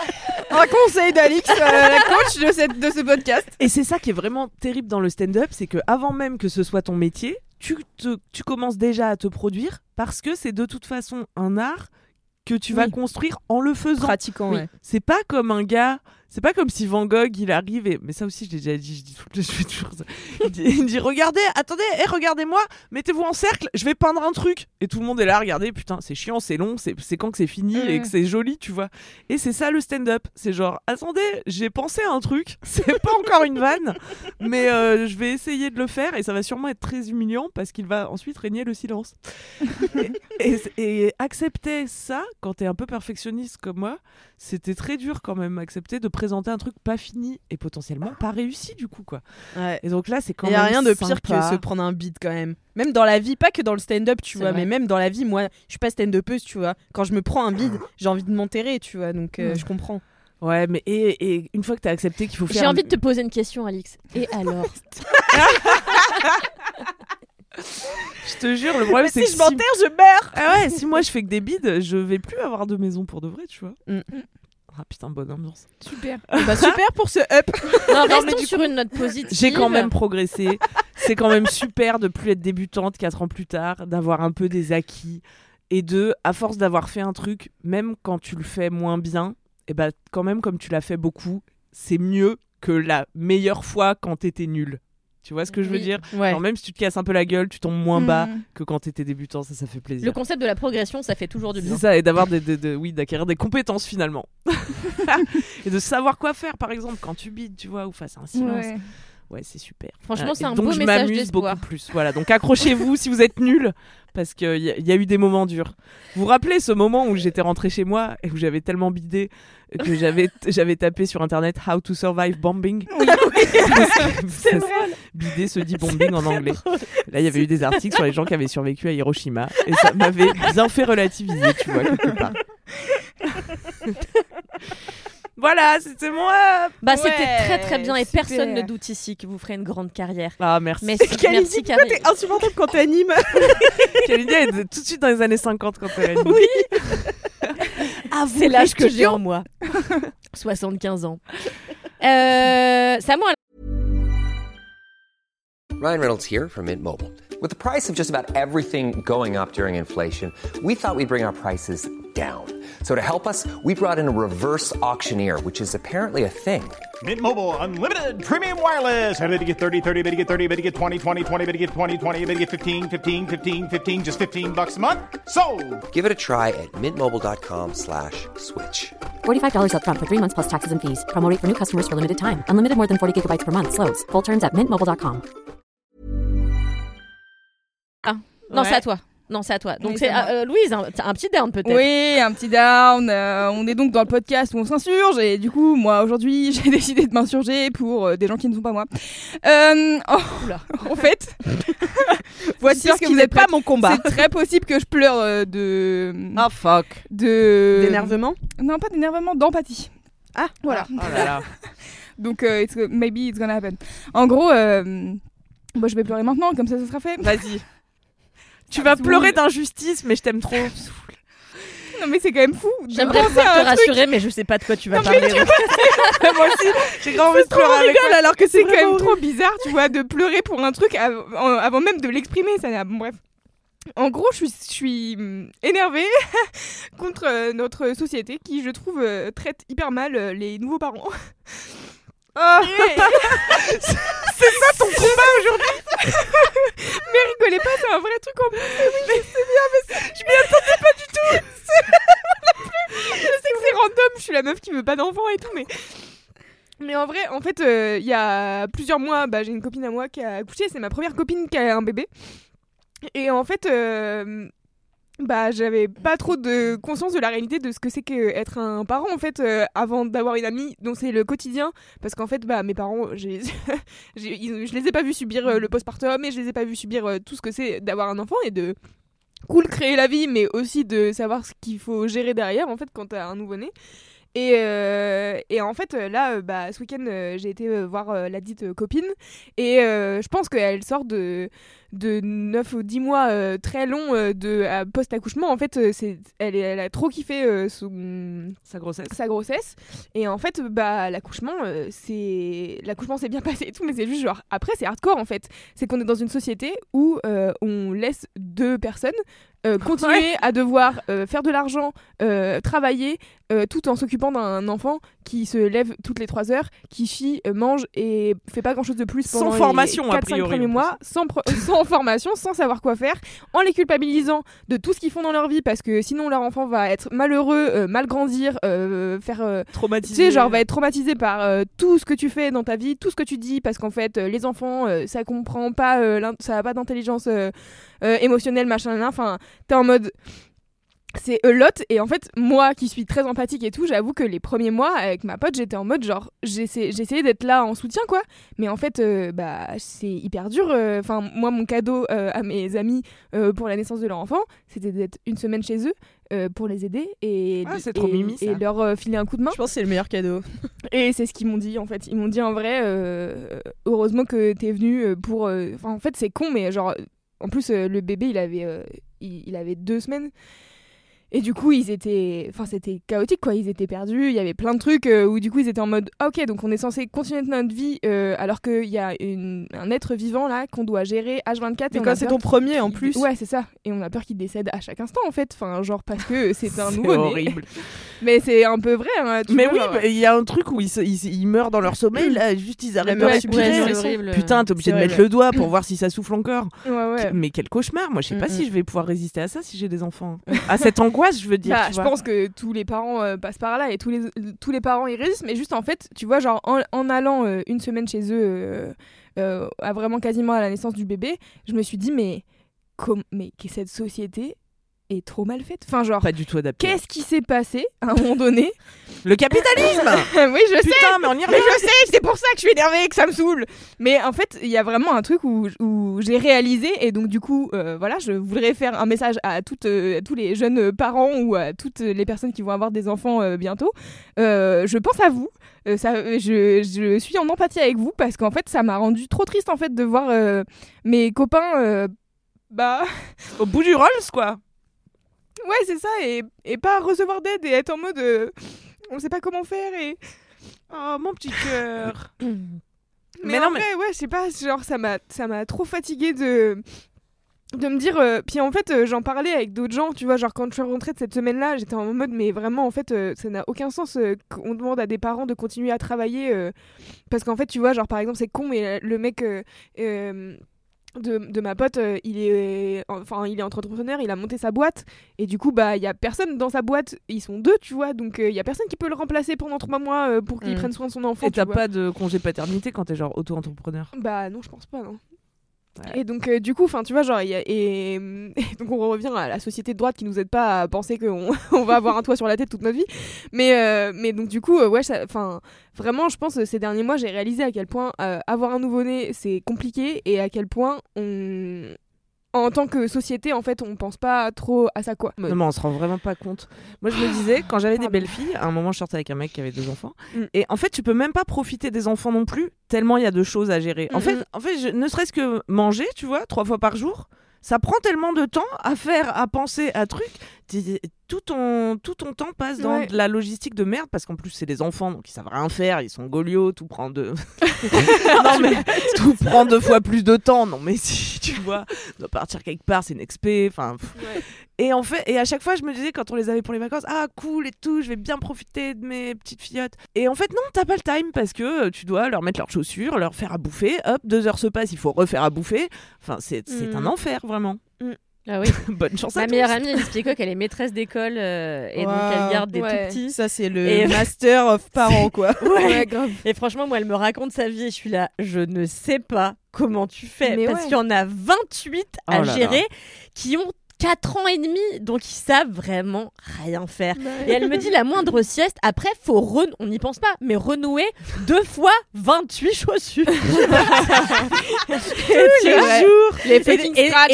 Un conseil d'Alix, euh, la coach de, cette, de ce podcast. Et c'est ça qui est vraiment terrible dans le stand-up, c'est que avant même que ce soit ton métier, tu, te, tu commences déjà à te produire parce que c'est de toute façon un art que tu vas Oui. construire en le faisant. Pratiquant, Oui. ouais. C'est pas comme un gars, c'est pas comme si Van Gogh il arrive et mais ça aussi je l'ai déjà dit, je dis tout le je fais toujours ça. Il dit, il dit regardez, attendez, hé, regardez-moi, mettez-vous en cercle, je vais peindre un truc et tout le monde est là, regardez, putain, c'est chiant, c'est long, c'est c'est quand que c'est fini Mmh. et que c'est joli, tu vois. Et c'est ça le stand-up, c'est genre attendez, j'ai pensé à un truc, c'est pas encore une vanne, mais euh, je vais essayer de le faire et ça va sûrement être très humiliant parce qu'il va ensuite régner le silence. et, et, et accepter ça quand t'es un peu perfectionniste comme moi, c'était très dur quand même, accepter de présenter un truc pas fini et potentiellement pas réussi du coup quoi. Ouais. Et donc là c'est quand Il même y a rien de pire sympa. que se prendre un beat quand même. Même dans la vie, pas que dans le stand-up, tu C'est vois, vrai. mais même dans la vie, moi, je suis pas stand-upeuse, tu vois. Quand je me prends un bide, j'ai envie de m'enterrer, tu vois, donc euh, je comprends. Ouais, mais et, et une fois que t'as accepté qu'il faut faire J'ai envie de te poser une question, Alix. Et alors? Je te jure, le problème c'est si que je m'enterre, je meurs. Ah ouais, si moi je fais que des bides, je vais plus avoir de maison pour de vrai, tu vois. Mm. Ah putain, bonne ambiance. Super. Bah super pour ce up. Non, Non, mais restons du sur une note positive. J'ai quand même progressé. C'est quand même super de plus être débutante quatre ans plus tard, d'avoir un peu des acquis et de, à force d'avoir fait un truc, même quand tu le fais moins bien, et bah quand même comme tu l'as fait beaucoup, c'est mieux que la meilleure fois quand t'étais nul. Tu vois ce que je veux Oui. dire? Ouais. Genre même si tu te casses un peu la gueule, tu tombes moins Mm. bas que quand t'étais débutant, ça ça fait plaisir. Le concept de la progression, ça fait toujours du bien. C'est ça, et d'avoir des, des- des- oui, d'acquérir des compétences finalement. Et de savoir quoi faire, par exemple, quand tu bides, tu vois, ou face à un silence. Ouais. Ouais, c'est super. Franchement, Euh, c'est et un donc beau je message m'amuse d'espoir. beaucoup plus. Voilà, donc accrochez-vous si vous êtes nuls, parce qu'il y, a- y a eu des moments durs. Vous vous rappelez ce moment où j'étais rentrée chez moi et où j'avais tellement bidé que j'avais j'avais tapé sur internet How to survive bombing. C'est vrai. Bidé se dit bombing en anglais. Là, il y avait eu des articles sur les gens qui avaient survécu à Hiroshima et ça m'avait bien fait relativiser, tu vois, quelque part. Voilà, c'était moi. Bah, Ouais, c'était très très bien et super. personne ne doute ici que vous ferez une grande carrière. Ah, merci. Mais Kalindi, merci pourquoi Karine. t'es insupportable quand t'animes? Kalindi, elle est tout de suite dans les années cinquante quand elle a Oui. C'est l'âge que j'ai en moi. soixante-quinze ans. Euh, c'est à moi. Ryan Reynolds here from Mint Mobile. With the price of just about everything going up during inflation, we thought we'd bring our prices down. So to help us, we brought in a reverse auctioneer, which is apparently a thing. Mint Mobile Unlimited Premium Wireless. How to get thirty, thirty, how to get thirty, how to get twenty, twenty, twenty, how to get twenty, twenty, how to get fifteen, fifteen, fifteen, fifteen, just fifteen bucks a month? Sold! Give it a try at mintmobile.com slash switch. forty-five dollars up front for three months plus taxes and fees. Promo rate for new customers for limited time. Unlimited more than forty gigabytes per month. Slows full terms at mint mobile dot com. Non, Ouais. c'est à toi. Non, c'est à toi. Donc Oui, c'est c'est à moi. euh, Louise, un, un petit down peut-être. Oui, un petit down. euh, on est donc dans le podcast où on s'insurge et du coup, moi aujourd'hui, j'ai décidé de m'insurger pour euh, des gens qui ne sont pas moi. Euh, oh, en fait, Voici J'espère ce que qui vous n'est êtes pas prêtes. mon combat. c'est très possible que je pleure euh, de Ah fuck. de D'énervement. Non, pas d'énervement, d'empathie. Ah. Voilà. Oh là là. Donc, euh, it's, maybe it's gonna happen. En gros, euh, moi, je vais pleurer maintenant, comme ça, ça sera fait. Vas-y. Tu Ah, vas c'est pleurer bon. d'injustice, mais je t'aime trop. Non, mais c'est quand même fou. de J'aimerais penser pouvoir à te un truc. rassurer, mais je sais pas de quoi tu vas Non, mais parler. Moi aussi, j'ai grand envie de Trop pleurer avec rigole, alors que c'est quand vraiment même trop bizarre, tu vois, de pleurer pour un truc av- en- avant même de l'exprimer. Ça, n'a- bon, bref. En gros, je suis, je suis hum, énervée contre euh, notre société qui, je trouve, euh, traite hyper mal euh, les nouveaux parents. Oh. c'est ça ton combat aujourd'hui. Mais rigolez pas, c'est un vrai truc en plus. Mais oui, je sais bien, mais c'est- je m'y attendais pas du tout. C'est- Je sais que c'est random, je suis la meuf qui veut pas d'enfant et tout, mais... Mais en vrai, en fait, euh, il y a plusieurs mois, bah, j'ai une copine à moi qui a accouché, c'est ma première copine qui a un bébé. Et en fait... euh, bah j'avais pas trop de conscience de la réalité de ce que c'est qu'être un parent en fait euh, avant d'avoir une amie, donc c'est le quotidien, parce qu'en fait bah mes parents j'ai, j'ai ils- je les ai pas vus subir euh, le postpartum et je les ai pas vus subir euh, tout ce que c'est d'avoir un enfant et de cool créer la vie, mais aussi de savoir ce qu'il faut gérer derrière en fait quand t'as un nouveau-né. Et, euh, et en fait, là, euh, bah, ce week-end, euh, j'ai été euh, voir euh, la dite euh, copine. Et euh, je pense qu'elle sort de, de neuf ou dix mois euh, très longs euh, de à post-accouchement. En fait, euh, c'est, elle, est, elle a trop kiffé euh, son, sa grossesse. Sa grossesse. Et en fait, bah, l'accouchement, euh, c'est... l'accouchement s'est bien passé et tout, mais c'est juste genre, après, c'est hardcore en fait. C'est qu'on est dans une société où euh, on laisse deux personnes Euh, continuer ouais. à devoir euh, faire de l'argent, euh, travailler, euh, tout en s'occupant d'un enfant qui se lève toutes les trois heures, qui chie, euh, mange et fait pas grand chose de plus pendant sans formation, les quatre cinq premiers mois, sans, pro- sans formation, sans savoir quoi faire, en les culpabilisant de tout ce qu'ils font dans leur vie parce que sinon leur enfant va être malheureux, euh, mal grandir, euh, faire euh, traumatisé, tu sais, genre va être traumatisé par euh, tout ce que tu fais dans ta vie, tout ce que tu dis, parce qu'en fait euh, les enfants euh, ça comprend pas, euh, ça a pas d'intelligence euh, euh, émotionnelle, machin, là, enfin t'es en mode c'est a lot. Et en fait moi qui suis très empathique et tout, j'avoue que les premiers mois avec ma pote j'étais en mode genre j'essaie, j'essayais d'être là en soutien quoi, mais en fait euh, bah c'est hyper dur. Enfin euh, moi mon cadeau euh, à mes amis euh, pour la naissance de leur enfant c'était d'être une semaine chez eux euh, pour les aider et, ah, c'est trop et, mimi, ça. et leur euh, filer un coup de main. Je pense que c'est le meilleur cadeau. Et c'est ce qu'ils m'ont dit en fait, ils m'ont dit en vrai euh, heureusement que t'es venu pour euh... enfin en fait c'est con mais genre en plus euh, le bébé il avait euh, il, il avait deux semaines. Et du coup, ils étaient, enfin, c'était chaotique, quoi. Ils étaient perdus. Il y avait plein de trucs euh, où, du coup, ils étaient en mode, ah, ok, donc on est censé continuer notre vie, euh, alors qu'il y a une, un être vivant là qu'on doit gérer H vingt-quatre. Mais quand c'est ton premier, en plus. Ouais, c'est ça. Et on a peur qu'il décède à chaque instant, en fait. Enfin, genre parce que c'est un nouveau-né. Horrible. Mais c'est un peu vrai. Hein, tu mais vois, oui, genre... il bah, y a un truc où ils, ils, ils meurent dans leur sommeil, là, juste ils arrêtent de respirer. Ouais, c'est horrible. Putain, t'es obligé de mettre le doigt pour voir si ça souffle encore. Ouais, ouais. Mais quel cauchemar. Moi, je sais pas Mm-hmm. si je vais pouvoir résister à ça si j'ai des enfants. À cette angoisse, je veux dire. Bah, tu je vois. pense que tous les parents euh, passent par là et tous les, tous les parents y résistent, mais juste en fait, tu vois, genre en, en allant euh, une semaine chez eux, euh, euh, à vraiment quasiment à la naissance du bébé, je me suis dit, mais, com- mais que cette société est trop mal faite. Enfin, genre, pas du tout adapté. Qu'est-ce qui s'est passé à un moment donné? Le capitalisme. Oui, je Putain, sais. mais on y revient. Mais je sais, c'est pour ça que je suis énervée, que ça me saoule. Mais en fait, il y a vraiment un truc où, où j'ai réalisé, et donc du coup, euh, voilà, je voudrais faire un message à, toutes, euh, à tous les jeunes parents ou à toutes les personnes qui vont avoir des enfants euh, bientôt. Euh, je pense à vous. Euh, ça, je, je suis en empathie avec vous parce qu'en fait, ça m'a rendu trop triste en fait de voir euh, mes copains, euh, bah, au bout du Rolls, quoi. Ouais, c'est ça, et, et pas recevoir d'aide et être en mode euh, on sait pas comment faire et oh mon petit cœur. mais, mais en non vrai, mais ouais, je sais pas, genre ça m'a ça m'a trop fatiguée de de me dire euh, puis en fait euh, j'en parlais avec d'autres gens, tu vois, genre quand je suis rentrée de cette semaine-là, j'étais en mode mais vraiment en fait euh, ça n'a aucun sens euh, qu'on demande à des parents de continuer à travailler euh, parce qu'en fait tu vois, genre par exemple c'est con mais le mec euh, euh, De, de ma pote, euh, il est, enfin, il est entrepreneur, il a monté sa boîte et du coup, bah, il y a personne dans sa boîte. Ils sont deux, tu vois, donc il euh, y a personne qui peut le remplacer pendant trois mois euh, pour qu'il mmh. prenne soin de son enfant. Et t'as vois. pas de congé paternité quand t'es genre auto-entrepreneur? Bah non, je pense pas, non. Ouais. Et donc euh, du coup, enfin, tu vois, genre, y a, et, et donc on revient à la société de droite qui nous aide pas à penser qu'on on va avoir un toit sur la tête toute notre vie. Mais, euh, mais donc du coup, euh, ouais, enfin, vraiment, je pense ces derniers mois, j'ai réalisé à quel point euh, avoir un nouveau-né c'est compliqué et à quel point on en tant que société, en fait, on pense pas trop à ça, quoi. Non, mais on se rend vraiment pas compte. Moi, je me disais, quand j'avais des belles filles, à un moment, je sortais avec un mec qui avait deux enfants. Mm. Et en fait, tu peux même pas profiter des enfants non plus, tellement il y a de choses à gérer. Mm-hmm. En fait, en fait je, ne serait-ce que manger, tu vois, trois fois par jour, ça prend tellement de temps à faire, à penser à trucs. Tout ton, tout ton temps passe dans ouais. de la logistique de merde, parce qu'en plus, c'est des enfants, donc ils savent rien faire, ils sont goliots, tout prend deux... non, mais tout prend deux fois plus de temps. Non, mais si, tu vois, on doit partir quelque part, c'est une expé, enfin... Ouais. Et en fait, et à chaque fois, je me disais, quand on les avait pour les vacances, ah, cool et tout, je vais bien profiter de mes petites fillottes. Et en fait, non, t'as pas le time, parce que tu dois leur mettre leurs chaussures, leur faire à bouffer, hop, deux heures se passent, il faut refaire à bouffer. Enfin, c'est, c'est mmh. un enfer, vraiment. Mmh. Ah oui. Bonne chance à Ma tous. meilleure amie, elle expliquait qu'elle est maîtresse d'école euh, et wow. donc elle garde des ouais. tout petits. Ça, c'est le et master of parents, quoi. Ouais. Ouais, grave. Et franchement, moi, elle me raconte sa vie et je suis là, je ne sais pas comment tu fais. Mais parce ouais. qu'il y en a vingt-huit oh à gérer là. Qui ont quatre ans et demi, donc ils savent vraiment rien faire. Ouais. Et elle me dit la moindre sieste, après faut re... on n'y pense pas, mais renouer deux fois vingt-huit chaussures. Tous les jours. Les fucking et, et, et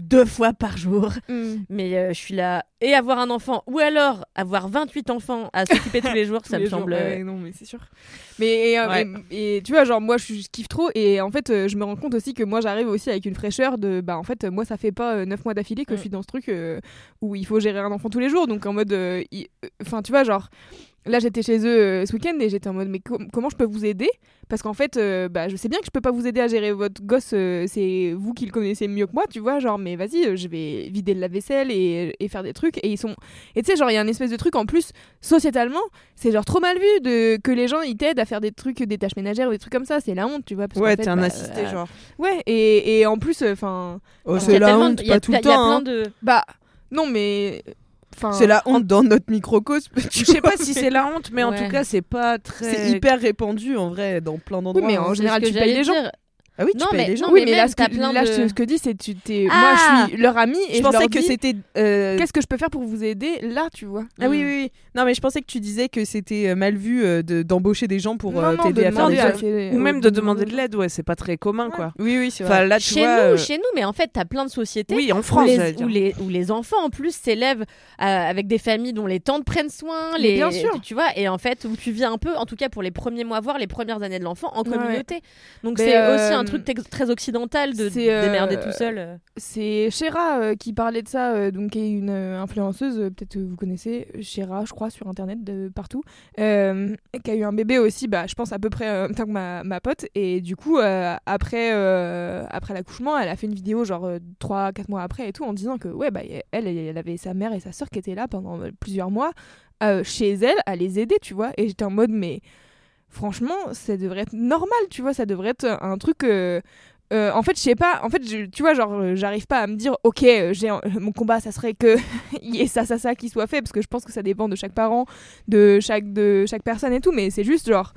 deux fois par jour. Mm. Mais euh, je suis là. Et avoir un enfant, ou alors avoir vingt-huit enfants à s'occuper tous les jours, Tous ça les me jours. semble. Ouais, non, mais c'est sûr. Mais et, euh, Ouais. et, et tu vois, genre moi, je, je kiffe trop. Et en fait, euh, je me rends compte aussi que moi, j'arrive aussi avec une fraîcheur de. Bah, en fait, moi, ça fait pas neuf mois d'affilée que Mm. je suis dans ce truc euh, où il faut gérer un enfant tous les jours. Donc en mode. Enfin, tu vois, genre. Là, j'étais chez eux euh, ce week-end et j'étais en mode, mais com- comment je peux vous aider ? Parce qu'en fait, euh, bah, je sais bien que je peux pas vous aider à gérer votre gosse, euh, c'est vous qui le connaissez mieux que moi, tu vois, genre, mais vas-y, euh, je vais vider le lave-vaisselle et, et faire des trucs. Et ils sont. Et tu sais, genre, il y a une espèce de truc en plus, sociétalement, c'est genre trop mal vu de... que les gens ils t'aident à faire des trucs, des tâches ménagères ou des trucs comme ça, c'est la honte, tu vois. Parce Ouais, qu'en fait, t'es un bah, assisté, euh, genre. Ouais, et, et en plus, enfin. Oh, Il y c'est a la tellement honte, de- il y a- pas tout le il y a temps. plein hein. de. Bah, non, mais. Enfin, C'est la honte dans notre microcosme. Je sais pas si c'est la honte, mais en Ouais. tout cas, c'est pas très. C'est hyper répandu en vrai dans plein Oui, d'endroits. mais en hein. général, C'est ce tu que payes j'allais les gens. dire. Ah oui, tu Non, payes mais- les gens. non, Oui, mais mais là, même, ce t'as que, plein là de- ce, ce que je dis, c'est tu t'es. Ah Moi, je suis leur ami et Je je, pensais leur que dis, c'était. euh, Qu'est-ce que je peux faire pour vous aider là, tu vois. Ah oui, oui, oui. Non, mais je pensais que tu disais que c'était euh, mal vu euh, de- d'embaucher des gens pour Non, euh, non, t'aider de à faire demander des à choses. ces- Ou même aux- de demander de l'aide, ouais, c'est pas très commun, quoi. Oui, oui, c'est Enfin, vrai. là, tu Chez vois. nous, euh, chez nous, mais en fait, t'as plein de sociétés Oui, en où, France, les, j'allais dire. où, les, où les enfants en plus s'élèvent euh, avec des familles dont les tantes prennent soin, Mais les, bien sûr. Tu, tu vois, et en fait où tu vis un peu, en tout cas pour les premiers mois, voire les premières années de l'enfant, en Ouais. communauté. Donc Mais, c'est euh, aussi un truc tex- très occidental de c'est, euh, démerder tout seul. euh. C'est Chéra euh, qui parlait de ça, euh, donc qui est une euh, influenceuse, euh, peut-être que vous connaissez, Chéra, je crois, sur internet, de partout, euh, qui a eu un bébé aussi, bah, je pense à peu près en même temps que ma, ma pote, et du coup, euh, après, euh, après l'accouchement, elle a fait une vidéo genre trois quatre mois après et tout, en disant que ouais, bah, elle, elle avait sa mère et sa sœur qui étaient là pendant euh, plusieurs mois, euh, chez elle, à les aider, tu vois, et j'étais en mode, mais franchement, ça devrait être normal, tu vois, ça devrait être un truc... euh, Euh, en fait, je sais pas. En fait, je- tu vois, genre, euh, j'arrive pas à me dire, ok, euh, j'ai un- mon combat, ça serait que il y ait ça, ça, ça qui soit fait, parce que je pense que ça dépend de chaque parent, de chaque, de chaque personne et tout. Mais c'est juste genre,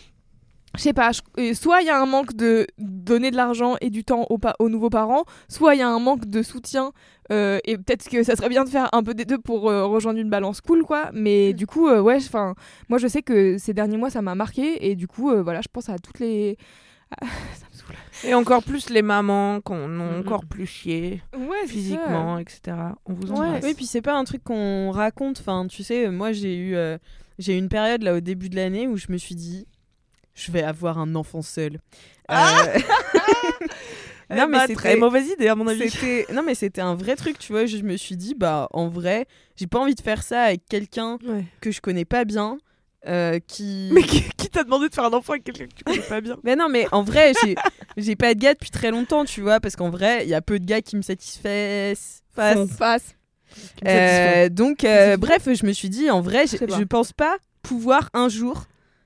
je sais pas. je- euh, soit il y a un manque de donner de l'argent et du temps aux, pa- aux nouveaux parents, soit il y a un manque de soutien. euh, et peut-être que ça serait bien de faire un peu des deux pour euh, rejoindre une balance cool, quoi. Mais du coup, euh, ouais, enfin, moi, je sais que ces derniers mois, ça m'a marqué, et du coup, euh, voilà, je pense à toutes les. Ah, ça me saoule. Et encore plus les mamans qu'on ont Mhm. encore plus chié Ouais, c'est ça. physiquement, et cetera. On vous Ouais. embrasse. Oui, puis c'est pas un truc qu'on raconte. Enfin, tu sais, moi j'ai eu, euh, j'ai eu une période là au début de l'année où je me suis dit, je vais avoir un enfant seul. Ah Euh, non, mais c'est très mauvaise idée, à mon avis. C'était non mais c'était un vrai truc, tu vois. Je me suis dit, bah en vrai, j'ai pas envie de faire ça avec quelqu'un Ouais. que je connais pas bien. Euh, qui... Mais qui, qui t'a demandé de faire un enfant avec quelqu'un que tu connais pas bien? Mais non, mais en vrai, j'ai, j'ai pas de gars depuis très longtemps, tu vois, parce qu'en vrai, il y a peu de gars qui me satisfassent. Face. Face. Euh, donc, euh, bref, je me suis dit, en vrai, je, Je sais pas. je pense pas pouvoir un jour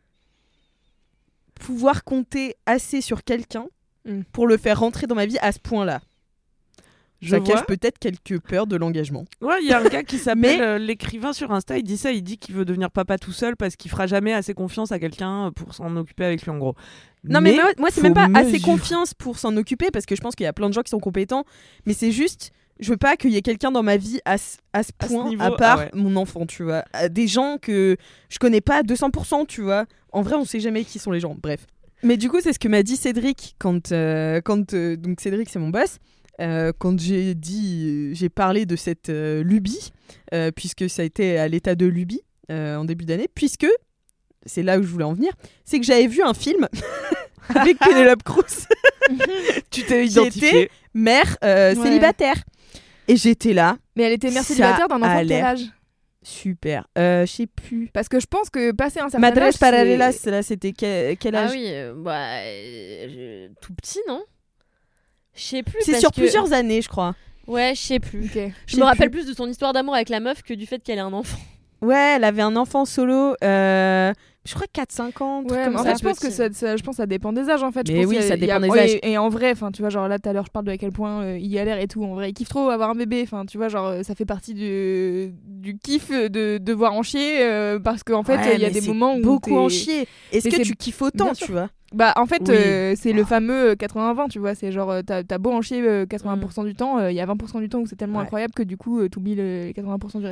pouvoir compter assez sur quelqu'un Mm. pour le faire rentrer dans ma vie à ce point-là. Je Ça vois. cache peut-être quelques peurs de l'engagement. Ouais, il y a un gars qui s'appelle Mais- euh, l'écrivain sur Insta, il dit ça, il dit qu'il veut devenir papa tout seul parce qu'il fera jamais assez confiance à quelqu'un pour s'en occuper avec lui en gros. Non, mais, moi, moi, c'est faut même pas assez mesurer. confiance pour s'en occuper parce que je pense qu'il y a plein de gens qui sont compétents, mais c'est juste, je veux pas qu'il y ait quelqu'un dans ma vie à, ce- à ce À ce point, niveau, à part ah ouais. mon enfant, tu vois. À des gens que je connais pas à deux cents pour cent, tu vois. En vrai, on sait jamais qui sont les gens, bref. Mais du coup, c'est ce que m'a dit Cédric quand. euh, quand euh, donc, Cédric, c'est mon boss. Euh, quand j'ai dit, euh, j'ai parlé de cette euh, lubie, euh, puisque ça a été à l'état de lubie euh, en début d'année, puisque c'est là où je voulais en venir, c'est que j'avais vu un film avec Penelope Cruz, Tu t'es qui identifié. était mère euh, Ouais. célibataire, et j'étais là, Mais elle était mère Ça célibataire d'un enfant a de quel l'air- âge? super, euh, je sais plus. Parce que je pense que passer un certain Madres âge, c'est- Paralelas, là, c'était quel, quel âge? Ah oui, euh, bah, euh, je- tout petit, non? Je sais plus. C'est parce sur que- plusieurs années, je crois. Ouais, je sais plus. Ok. Je sais me rappelle plus. plus de son histoire d'amour avec la meuf que du fait qu'elle ait un enfant. Ouais, elle avait un enfant solo, euh, je crois quatre cinq ans, un truc Ouais, comme mais en ça. fait, je pense que ça, ça- je pense que ça dépend des âges en fait. Je Mais pense oui, qu'il y a- ça il y a- dépend des âges. Et, et en vrai, enfin, tu vois, genre là tout à l'heure, je parle de à quel point euh, il galère et tout. En vrai, il kiffe trop avoir un bébé. Enfin, tu vois, genre euh, ça fait partie du, du kiff de devoir en chier euh, parce qu'en fait, Ouais, il y a mais des c'est moments où beaucoup t'es- en chier. Est-ce Mais que c'est- tu kiffes autant, Bien tu sûr. vois? Bah en fait, Oui. euh, c'est le fameux euh, quatre-vingts vingt, tu vois. C'est genre euh, t'as t'as beau en chier euh, quatre-vingts pour cent du temps, euh, il y a vingt pour cent du temps où c'est tellement Ouais. incroyable que du coup euh, t'oublies le- les quatre-vingts pour cent du reste, quoi.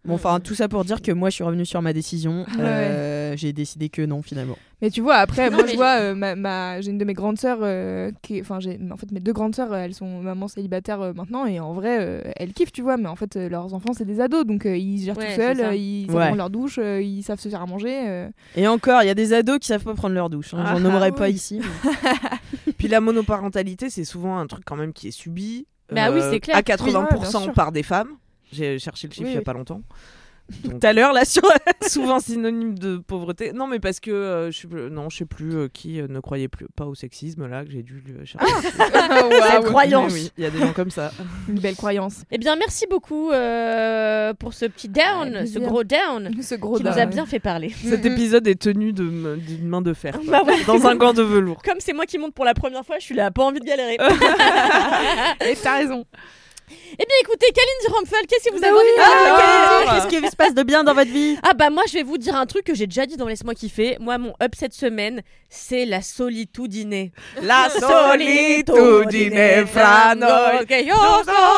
Bon, enfin, tout ça pour dire que moi, je suis revenue sur ma décision. Ouais. Euh, j'ai décidé que non, finalement. Mais tu vois, après, Non, moi, mais je vois, euh, ma, ma- j'ai une de mes grandes sœurs, euh, qui est- enfin, j'ai, en fait, mes deux grandes sœurs, euh, elles sont maman célibataire euh, maintenant, et en vrai, euh, elles kiffent, tu vois, mais en fait, euh, leurs enfants, c'est des ados, donc euh, ils gèrent Ouais, tout seuls, c'est ça. euh, ils savent Ouais. prendre leur douche, euh, ils savent se faire à manger. euh. Et encore, il y a des ados qui savent pas prendre leur douche. Hein. Ah, J'en nommerai oui. pas ici. mais- Puis la monoparentalité, c'est souvent un truc quand même qui est subi. Bah oui, c'est clair. À quatre-vingts pour cent Oui, ouais, bien sûr. par des femmes. J'ai cherché le chiffre Oui, il y a oui. pas longtemps. Donc, Tout à l'heure, là, sur. souvent synonyme de pauvreté. Non, mais parce que euh, je sais plus, non, je sais plus euh, qui euh, ne croyait plus pas au sexisme là que j'ai dû le chercher. Cette croyance. Mais oui, il y a des gens comme ça. Une belle croyance. Eh bien, merci beaucoup euh, pour ce petit down, Ouais, ce plaisir. gros down Ce gros qui nous down, a ouais. bien fait parler. Cet épisode est tenu de m- d'une main de fer. quoi. Bah ouais. Dans un gant de velours. Comme c'est moi qui monte pour la première fois, je suis là, pas envie de galérer. Et t'as raison. Eh bien, écoutez, Kalindi Rumpel, qu'est-ce que vous avez oui, envie de ah, dire Kalindi, qu'est-ce qui se passe de bien dans votre vie? Ah bah moi je vais vous dire un truc que j'ai déjà dit dans Laisse-moi kiffer. Moi mon up cette semaine c'est la solitudine. La solitudine fra noi che io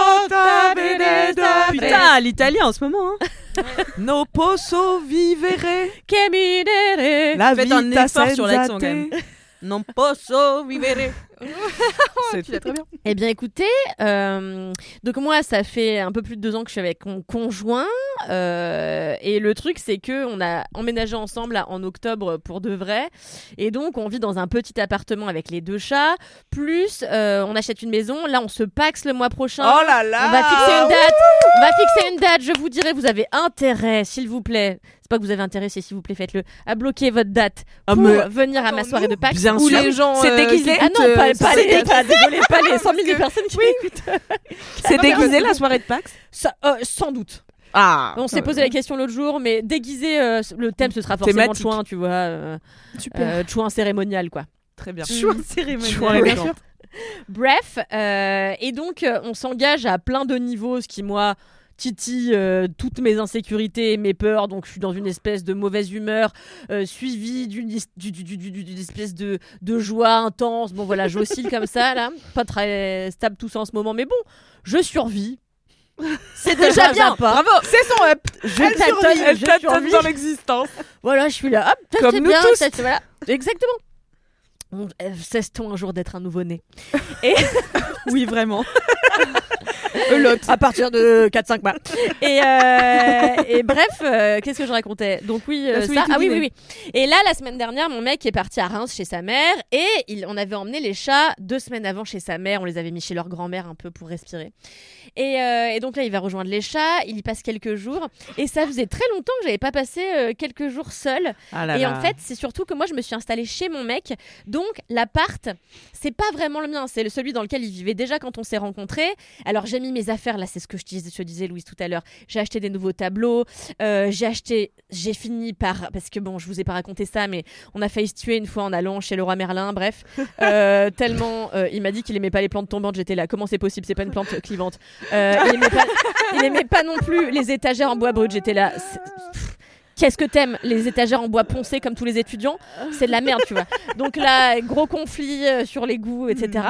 Putain, l'italien en ce moment. Hein. No posso vivere che mi dere. la Faites un vita effort sur senza l'accent, quand te. même. Non posso vivere. C'est Tu l'as très bien. Eh bien écoutez, euh, donc moi ça fait un peu plus de deux ans que je suis avec mon conjoint euh, et le truc c'est que on a emménagé ensemble là, en octobre pour de vrai et donc on vit dans un petit appartement avec les deux chats plus euh, on achète une maison, là on se paxe le mois prochain. Oh là là. On va fixer une date. On va fixer une date. Je vous dirai, vous avez intérêt, s'il vous plaît. C'est pas que vous avez intérêt, c'est s'il vous plaît, faites-le. À bloquer votre date Ah, pour mais- venir à ma Attends, soirée de Pâques. Bien Ou sûr. les gens. C'est euh, déguisé. qui Ah non, écoutent, pas, euh, pas c'est les, déguisé. pas, désolé, pas les cent mille personnes qui m'écoutent. C'est déguisé la soirée de Pax. Ça, euh, sans doute. Ah. On s'est posé la question l'autre jour, mais déguisé, euh, le thème ce sera forcément Thématique. chouin, tu vois. Euh, Super. euh, chouin cérémonial, quoi. Très bien. Choix cérémonial. Choix bien élégant. sûr. Bref, euh, et donc euh, on s'engage à plein de niveaux, ce qui moi titille euh, toutes mes insécurités et mes peurs, donc je suis dans une espèce de mauvaise humeur euh, suivie d'une is- du- du- du- du- du- d'une espèce de, de joie intense. Bon voilà, j'oscille comme ça là, pas très stable tout ça en ce moment, mais bon, je survis. C'est déjà bien. Bravo. C'est son up. Je Elle tâtonne, survit, elle je tâtonne survis. dans l'existence. Voilà, je suis là. Hop, ça, Comme c'est nous bien, tous. ça, c'est- voilà. Exactement. On euh, cesse-t-on un jour d'être un nouveau-né. Et Oui, vraiment. l'autre. À partir de quatre cinq mois. Et, euh, et bref, euh, qu'est-ce que je racontais? Donc oui, euh, La ça. solitude Ah oui, oui, dîner. oui. Et là, la semaine dernière, mon mec est parti à Reims chez sa mère et il, on avait emmené les chats deux semaines avant chez sa mère. On les avait mis chez leur grand-mère un peu pour respirer. Et, euh, et donc là, il va rejoindre les chats. Il y passe quelques jours. Et ça faisait très longtemps que j'avais pas passé euh, quelques jours seule. Ah là Et là. en fait, c'est surtout que moi, je me suis installée chez mon mec. Donc, l'appart, c'est pas vraiment le mien. C'est le- celui dans lequel il vivait déjà quand on s'est rencontrés. Alors, j'ai mis mes affaires. Là, c'est ce que je disais, je disais Louise, tout à l'heure. J'ai acheté des nouveaux tableaux. Euh, j'ai acheté... J'ai fini par... Parce que bon, je vous ai pas raconté ça, mais on a failli se tuer une fois en allant chez Leroy Merlin. Bref. Euh, tellement... euh, il m'a dit qu'il aimait pas les plantes tombantes. J'étais là. Comment c'est possible? C'est pas une plante clivante. Euh, il, aimait pas... il aimait pas non plus les étagères en bois brut. J'étais là... C'est- Pff, qu'est-ce que t'aimes? Les étagères en bois poncé comme tous les étudiants? C'est de la merde, tu vois. Donc là, gros conflit euh, sur les goûts, et cetera.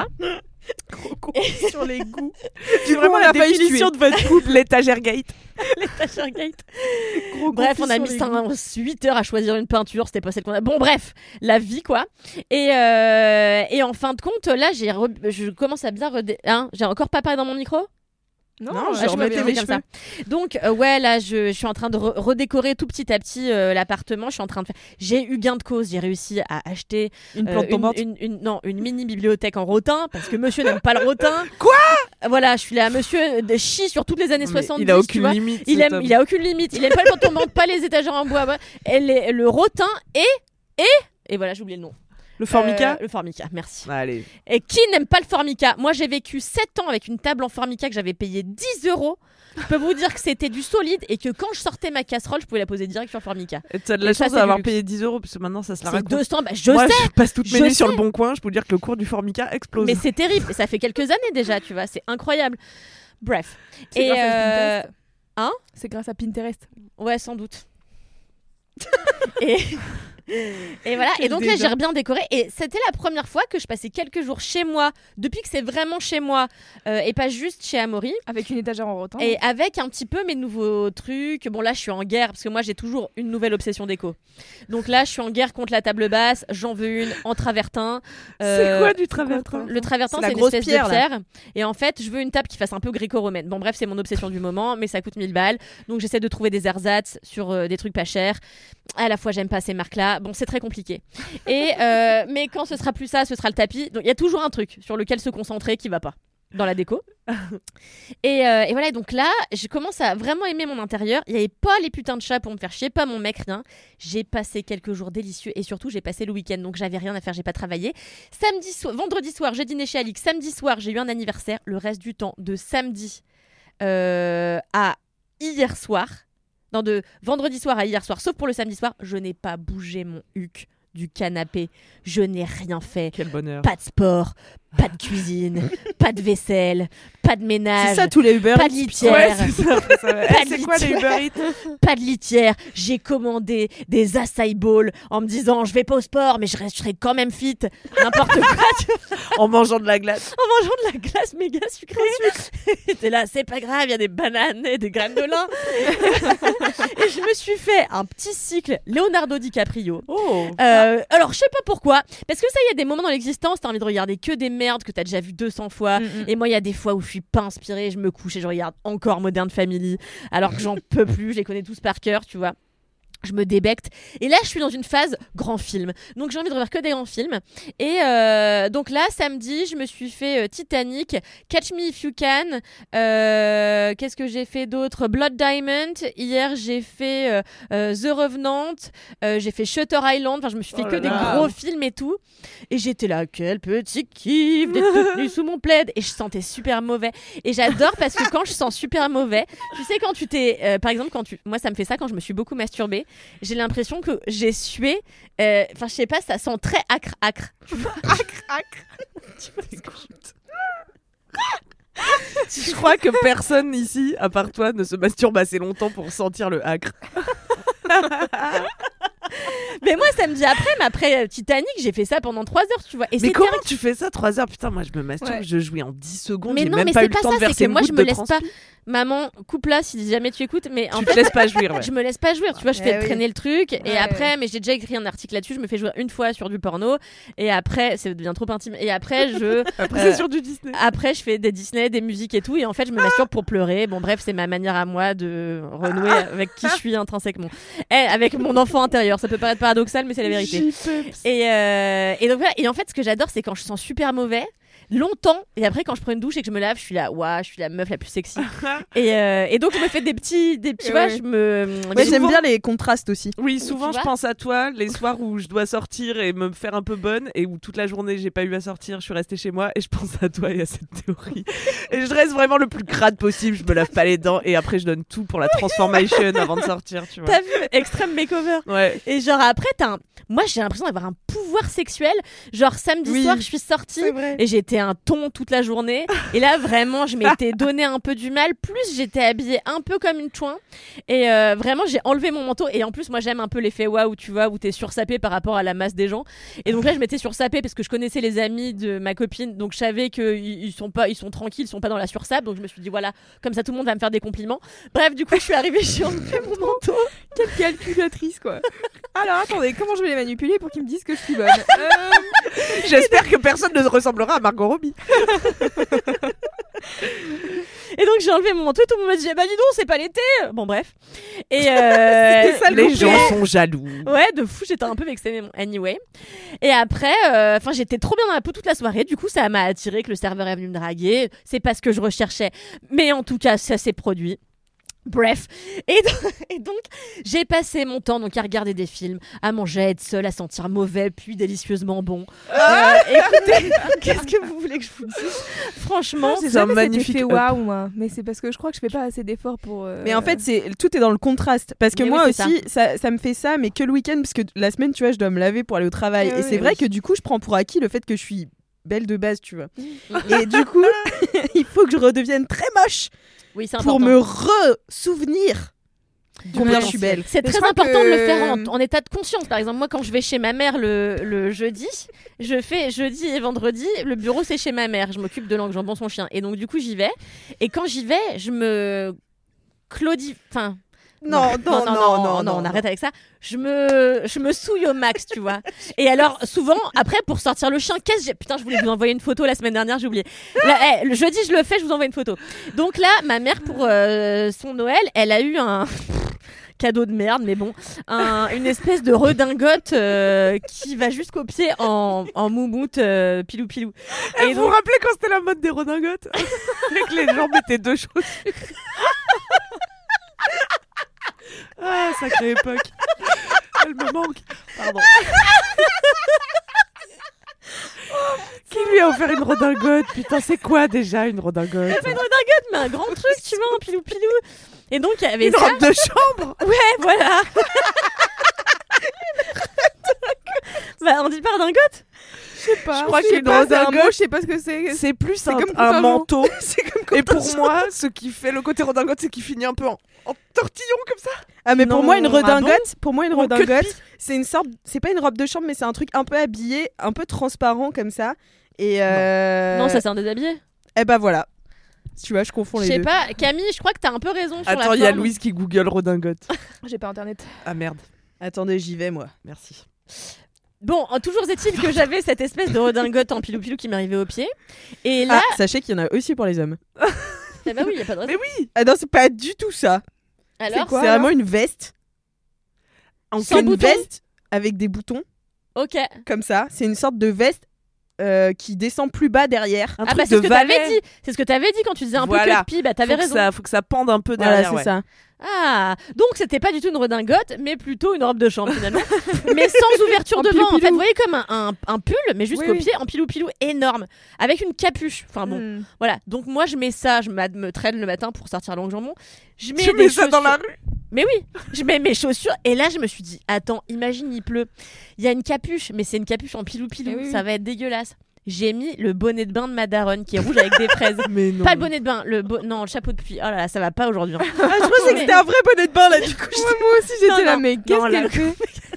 Sur les goûts. C'est vraiment la définition de votre couple, l'étagère gate. L'étagère gate. Bref, on a mis huit heures à choisir une peinture, c'était pas celle qu'on a. Bon, bref, la vie, quoi. Et, euh, et en fin de compte, là, j'ai re- je commence à bien... redé- Hein, j'ai encore pas parlé dans mon micro? Non, Non, je je Ah, remets me les fais cheveux. comme ça. Donc euh, ouais, là je, je suis en train de re- redécorer tout petit à petit euh, l'appartement. Je suis en train de faire. J'ai eu gain de cause. J'ai réussi à acheter Une euh, plante tombante. une, une, non, une mini bibliothèque en rotin parce que Monsieur n'aime pas le rotin. Quoi? Voilà, je suis là. Monsieur de chie sur toutes les années Mais soixante-dix. il a tu aucune vois. limite. Il cet aime, homme. il a aucune limite. Il aime pas les plantes tombantes, pas les étagères en bois. ouais. Et les- le rotin et et et voilà, j'ai oublié le nom. Le formica. Euh, le formica, merci. Allez. Et qui n'aime pas le formica? Moi, j'ai vécu sept ans avec une table en formica que j'avais payé dix euros. Je peux vous dire que c'était du solide et que quand je sortais ma casserole, je pouvais la poser direct sur le formica. Et tu as de Et la ça, chance c'est d'avoir du luxe. payé dix euros parce que maintenant ça se la C'est raconte. deux cents, bah, je Moi, sais, je passe toutes mes je nuits sur sais. le bon coin. Je peux vous dire que le cours du formica explose. mais c'est terrible. Et ça fait quelques années déjà, tu vois, c'est incroyable. Bref. C'est Et grâce à euh, Pinterest. hein C'est grâce à Pinterest. ouais, sans doute. et Et voilà. Quel Et donc là, dédain. j'ai bien décoré. Et c'était la première fois que je passais quelques jours chez moi, depuis que c'est vraiment chez moi, euh, et pas juste chez Amaury. Avec une étagère en rotin. Et avec un petit peu mes nouveaux trucs. Bon, là, je suis en guerre parce que moi, j'ai toujours une nouvelle obsession déco. Donc là, je suis en guerre contre la table basse. J'en veux une en travertin. C'est quoi du travertin ? Le travertin, C'est la c'est une grosse espèce pierre, de là. pierre. Et en fait, je veux une table qui fasse un peu gréco-romaine. Bon, bref, c'est mon obsession du moment, mais ça coûte mille balles. Donc, j'essaie de trouver des ersatz sur euh, des trucs pas chers. À la fois, j'aime pas ces marques-là. Bon, c'est très compliqué. Et euh, mais quand ce sera plus ça, ce sera le tapis. Donc, il y a toujours un truc sur lequel se concentrer qui va pas dans la déco. et, euh, et voilà, et donc là, je commence à vraiment aimer mon intérieur. Il n'y avait pas les putains de chats pour me faire chier, pas mon mec, rien. J'ai passé quelques jours délicieux et surtout, j'ai passé le week-end, donc j'avais rien à faire, j'ai pas travaillé. Samedi so- vendredi soir, j'ai dîné chez Alix. Samedi soir, j'ai eu un anniversaire. Le reste du temps, de samedi euh, à hier soir, non, de vendredi soir à hier soir, sauf pour le samedi soir, je n'ai pas bougé mon huc du canapé. Je n'ai rien fait. Quel bonheur. Pas de sport, pas de cuisine, pas de vaisselle, pas de ménage. C'est ça tous les Uber Pas de Eats. litière. Ouais, c'est ça. ça va. Pas Eh, de c'est quoi les litière. Uber Eats ? Pas de litière. J'ai commandé des acai bowls en me disant je vais pas au sport mais je resterai quand même fit. N'importe quoi. Tu vois, En mangeant de la glace. en mangeant de la glace méga sucrée. Et t'es là, c'est pas grave, il y a des bananes et des graines de lin. Et je me suis fait un petit cycle Leonardo DiCaprio. Oh. Euh, alors je sais pas pourquoi, parce que ça, il y a des moments dans l'existence, t'as envie de regarder que des merdes que t'as déjà vu deux cents fois. Mm-mm. Et moi, il y a des fois où je suis pas inspirée, je me couche et je regarde encore Modern Family, alors que j'en peux plus, je les connais tous par cœur, tu vois. Je me débecte. Et là, je suis dans une phase grand film. Donc, j'ai envie de revoir que des grands films. Et euh, donc là, samedi, je me suis fait euh, Titanic, Catch Me If You Can. Euh, qu'est-ce que j'ai fait d'autre ? Blood Diamond. Hier, j'ai fait euh, euh, The Revenant. Euh, j'ai fait Shutter Island. Enfin, je me suis fait Oh que là des là. gros films et tout. Et j'étais là, quel petit kiff d'être toute nue sous mon plaid. Et je sentais super mauvais. Et j'adore parce que quand je sens super mauvais, tu sais, quand tu t'es. euh, par exemple, quand tu. Moi, ça me fait ça quand je me suis beaucoup masturbée. J'ai l'impression que j'ai sué. euh, Enfin, je sais pas, ça sent très acre, acre. Acre, acre. Je crois que personne ici, à part toi, ne se masturbe assez longtemps pour sentir le acre. Mais moi, samedi après, mais après euh, Titanic, j'ai fait ça pendant trois heures, tu vois. Et Mais c'était comment un- tu fais ça trois heures ? Putain, moi je me masturbe, Ouais. je jouis en dix secondes, Mais j'ai non, même mais pas eu c'est le pas temps ça, de c'est verser que une moi, je goutte me de laisse transpi. pas. Maman, coupe là si jamais tu écoutes. Mais en Tu fait, te laisses pas jouir, ouais. je me laisse pas jouir, tu vois, je Eh fais oui. traîner le truc et Ouais, après, ouais. mais j'ai déjà écrit un article là-dessus, je me fais jouer une fois sur du porno et après, ça devient trop intime et après, je Après, euh, c'est sur du Disney. après, je fais des Disney, des musiques et tout et en fait, je me masturbe pour pleurer. Bon, bref, c'est ma manière à moi de renouer avec qui je suis intrinsèquement, et avec mon enfant intérieur. Ça peut paraître paradoxal, mais c'est la vérité. J-Peps. Et, euh, et donc voilà. Et en fait, ce que j'adore, c'est quand je sens super mauvais, longtemps, et après quand je prends une douche et que je me lave, je suis là, waouh, je suis la meuf la plus sexy. et, euh, et donc je me fais des petits, des petits, tu vois, Ouais. je me. Ouais, je- j'aime bien les contrastes aussi. Oui, souvent tu je vois pense à toi les soirs où je dois sortir et me faire un peu bonne et où toute la journée j'ai pas eu à sortir, je suis restée chez moi et je pense à toi et à cette théorie. Et je reste vraiment le plus crade possible, je me lave pas les dents et après je donne tout pour la transformation avant de sortir, tu vois. T'as vu Extreme Makeover. Ouais. Et genre après, t'as un... moi j'ai l'impression d'avoir un pouvoir sexuel. Genre samedi Oui. soir, je suis sortie C'est vrai. et j'étais un thon toute la journée. Et là vraiment, je m'étais donné un peu du mal. Plus j'étais habillée un peu comme une chouin. Et euh, vraiment, j'ai enlevé mon manteau. Et en plus, moi j'aime un peu l'effet waouh, tu vois, où t'es sursapé par rapport à la masse des gens. Et donc là, je m'étais sursapée parce que je connaissais les amis de ma copine. Donc je savais qu'ils ils sont pas, ils sont tranquilles, ils sont pas dans la sursape. Donc je me suis dit voilà, comme ça tout le monde va me faire des compliments. Bref, du coup, je suis arrivée, j'ai enlevé mon manteau. Quelle calculatrice, quoi. Alors, attendez, comment je vais les manipuler pour qu'ils me disent que je suis bonne Euh, J'espère que personne ne ressemblera à Margot Robbie. Et donc j'ai enlevé mon manteau et tout le monde m'a dit bah dis donc c'est pas l'été. Bon bref. Et euh, C'était ça, les gens sont jaloux. Ouais, de fou, j'étais un peu vexée, mais bon, anyway. Et après, enfin, j'étais trop bien dans la peau toute la soirée. Du coup, ça m'a attiré que le serveur est venu me draguer. C'est pas ce que je recherchais, mais en tout cas, ça s'est produit. Bref, et donc, et donc j'ai passé mon temps donc à regarder des films, à manger, à être seule, à sentir mauvais puis délicieusement bon. Euh, écoutez, qu'est-ce que vous voulez que je vous dise ? Franchement, c'est c'est un jamais magnifique cet effet up. waouh, moi. Mais c'est parce que je crois que je fais pas assez d'efforts pour. euh, Mais en fait, c'est tout est dans le contraste. Parce que Mais moi oui, c'est aussi, ça. Ça, me fait ça, mais que le week-end, parce que la semaine, tu vois, je dois me laver pour aller au travail. Ouais, et c'est ouais, vrai oui. que du coup, je prends pour acquis le fait que je suis belle de base, tu vois. Et du coup, il faut que je redevienne très moche oui, c'est pour important. me re-souvenir Combien je suis belle. C'est Mais très je crois important que- de le faire en, en état de conscience. Par exemple, moi, quand je vais chez ma mère le, le jeudi, je fais jeudi et vendredi, le bureau c'est chez ma mère. Je m'occupe de Langue Jambon, son chien. Et donc, du coup, j'y vais. Et quand j'y vais, je me claudie. Enfin. Non, non, non, non, non, non, on arrête avec ça. Je me, je me souille au max, tu vois. Et alors, souvent, après, pour sortir le chien, qu'est-ce que j'ai. Putain, je voulais vous envoyer une photo la semaine dernière, j'ai oublié. Là, eh, le jeudi, je le fais, je vous envoie une photo. Donc là, ma mère, pour euh, son Noël, elle a eu un. Cadeau de merde, mais bon, un, une espèce de redingote euh, qui va jusqu'au pied en, en moumoute euh, pilou pilou. Et vous vous rappelez quand c'était la mode des redingotes et que les gens mettaient deux chaussures. Ah, sacrée époque. Elle me manque. Pardon. Qui lui a offert une redingote? Putain, c'est quoi déjà une redingote? Elle fait une redingote, mais un grand truc, tu vois, en pilou pilou. Et donc, il y avait une ça. robe de chambre. Ouais, voilà. Bah, on dit pas redingote? Je sais pas. Je crois je sais qu'une pas, c'est un redingote, mot, je sais pas ce que c'est. C'est plus C'est un, comme un Contingent. manteau. C'est comme Et pour Contingent. moi, ce qui fait le côté redingote, c'est qu'il finit un peu en, en tortillon comme ça. Ah mais pour Non, moi une ah bon redingote, pour moi une En queue de redingote, pie. c'est une sorte, c'est pas une robe de chambre mais c'est un truc un peu habillé, un peu transparent comme ça. Et euh... Non, ça c'est un déshabillé. Eh ben voilà. Tu vois, je confonds Je les sais deux. pas, Camille, je crois que t'as un peu raison sur Attends, la il y a forme. Louise qui google redingote. J'ai pas internet. Ah merde. Attendez, j'y vais moi. Merci. Bon, en- toujours est-il que j'avais cette espèce de redingote en pilou pilou qui m'arrivait au pied. Et là, Ah, sachez qu'il y en a aussi pour les hommes. eh bah oui, y a pas de raison. Mais oui. Ah non, c'est pas du tout ça. Alors, C'est vraiment une veste. En Sans une boutons. veste avec des boutons ok. comme ça. C'est une sorte de veste euh, qui descend plus bas derrière. Un Ah truc bah c'est de ce que t'avais valet. dit. C'est ce que t'avais dit quand tu disais un Voilà. peu que de pie. Bah t'avais faut raison. Que ça, faut que ça pende un peu Voilà, derrière. c'est ouais. ça. Ah, donc c'était pas du tout une redingote, mais plutôt une robe de chambre finalement. Mais sans ouverture En devant. En fait, pilou-pilou. vous voyez comme un, un, un pull, mais jusqu'au Oui, oui. pied en pilou pilou énorme, avec une capuche. Enfin bon, Hmm. voilà. Donc moi je mets ça, je m'a- me traîne le matin pour sortir Langue Jambon. Je mets Tu des mets ça dans chaussures- la rue. Mais oui, je mets mes chaussures et là je me suis dit, attends, imagine il pleut, il y a une capuche, mais c'est une capuche en pilou pilou, Eh oui, ça oui. va être dégueulasse. J'ai mis le bonnet de bain de ma daronne qui est rouge avec des fraises. Mais non. Pas le bonnet de bain, le bo- non, le chapeau de pluie. Oh là là, ça va pas aujourd'hui. hein. Ah, je pensais que c'était un vrai bonnet de bain là du coup. Ouais, moi aussi j'étais Non, là, non. mais Non, qu'est-ce là, qu'elle fait?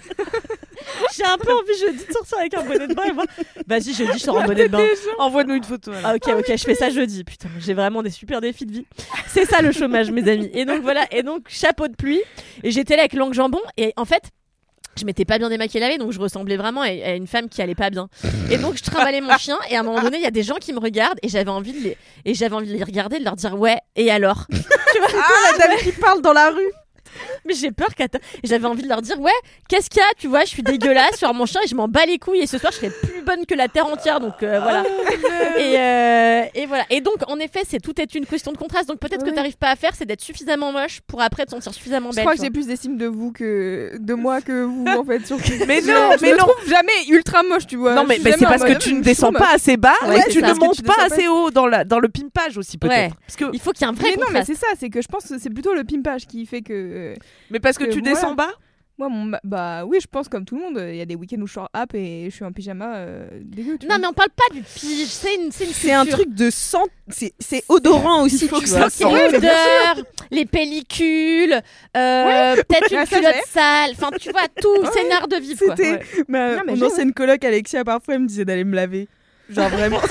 J'ai un peu envie jeudi de sortir avec un bonnet de bain et voir. Vas-y, jeudi, je sors en bonnet de bain. Envoie-nous une photo. alors. Ah, ok, ok, je fais ça jeudi. Putain, j'ai vraiment des super défis de vie. C'est ça le chômage, mes amis. Et donc voilà, et donc chapeau de pluie. Et j'étais là avec Langue Jambon. Et en fait, je m'étais pas bien démaquillée la veille, donc je ressemblais vraiment à à une femme qui allait pas bien. Et donc je trimballais mon chien. Et à un moment donné, il y a des gens qui me regardent et j'avais envie de les et j'avais envie de les regarder, de leur dire ouais. Et alors? Ah, la dame qui parle dans la rue. Mais j'ai peur qu'à j'avais envie de leur dire ouais, qu'est-ce qu'il y a, tu vois, je suis dégueulasse sur mon chien et je m'en bats les couilles et ce soir je serai plus bonne que la terre entière, donc euh, voilà. et, euh, et voilà. Et donc en effet, c'est tout est une question de contraste. Donc peut-être Ouais. que t'arrives pas à faire, c'est d'être suffisamment moche pour après te sentir suffisamment Je belle. crois tu que j'ai vois. plus d'estime de vous que de moi que vous en fait surtout. Mais Je- non, je mais me non. trouve jamais ultra moche, tu vois. Non Je mais, suis mais c'est jamais en parce que mode, tu je ne suis descends trop pas assez bas Ouais, et c'est tu ça. ne Parce que montes tu pas descends pas assez haut dans, la, dans le pimpage aussi peut-être. Ouais. Parce que, Il faut qu'il y ait un vrai Mais non, mais contraste. c'est ça, c'est que je pense que c'est plutôt le pimpage qui fait que. mais parce que que tu voilà. descends bas. Moi, mon ba- bah oui, je pense comme tout le monde. Il y a des week-ends où je sors up et je suis en pyjama euh, dégueu. Tu Non vois. mais on parle pas du pige, c'est une c'est une C'est un culture. truc de sang, c'est c'est odorant aussi, faut tu que vois. ça C'est sente. Ouais, mais bien l'odeur, les pellicules, euh, peut-être une Ah, ça, culotte j'ai. sale, enfin tu vois tout, c'est un art de vivre quoi. C'était Ouais. ma Non, mais mon j'ai, ancienne coloc Alexia, parfois elle me disait d'aller me laver. Genre vraiment.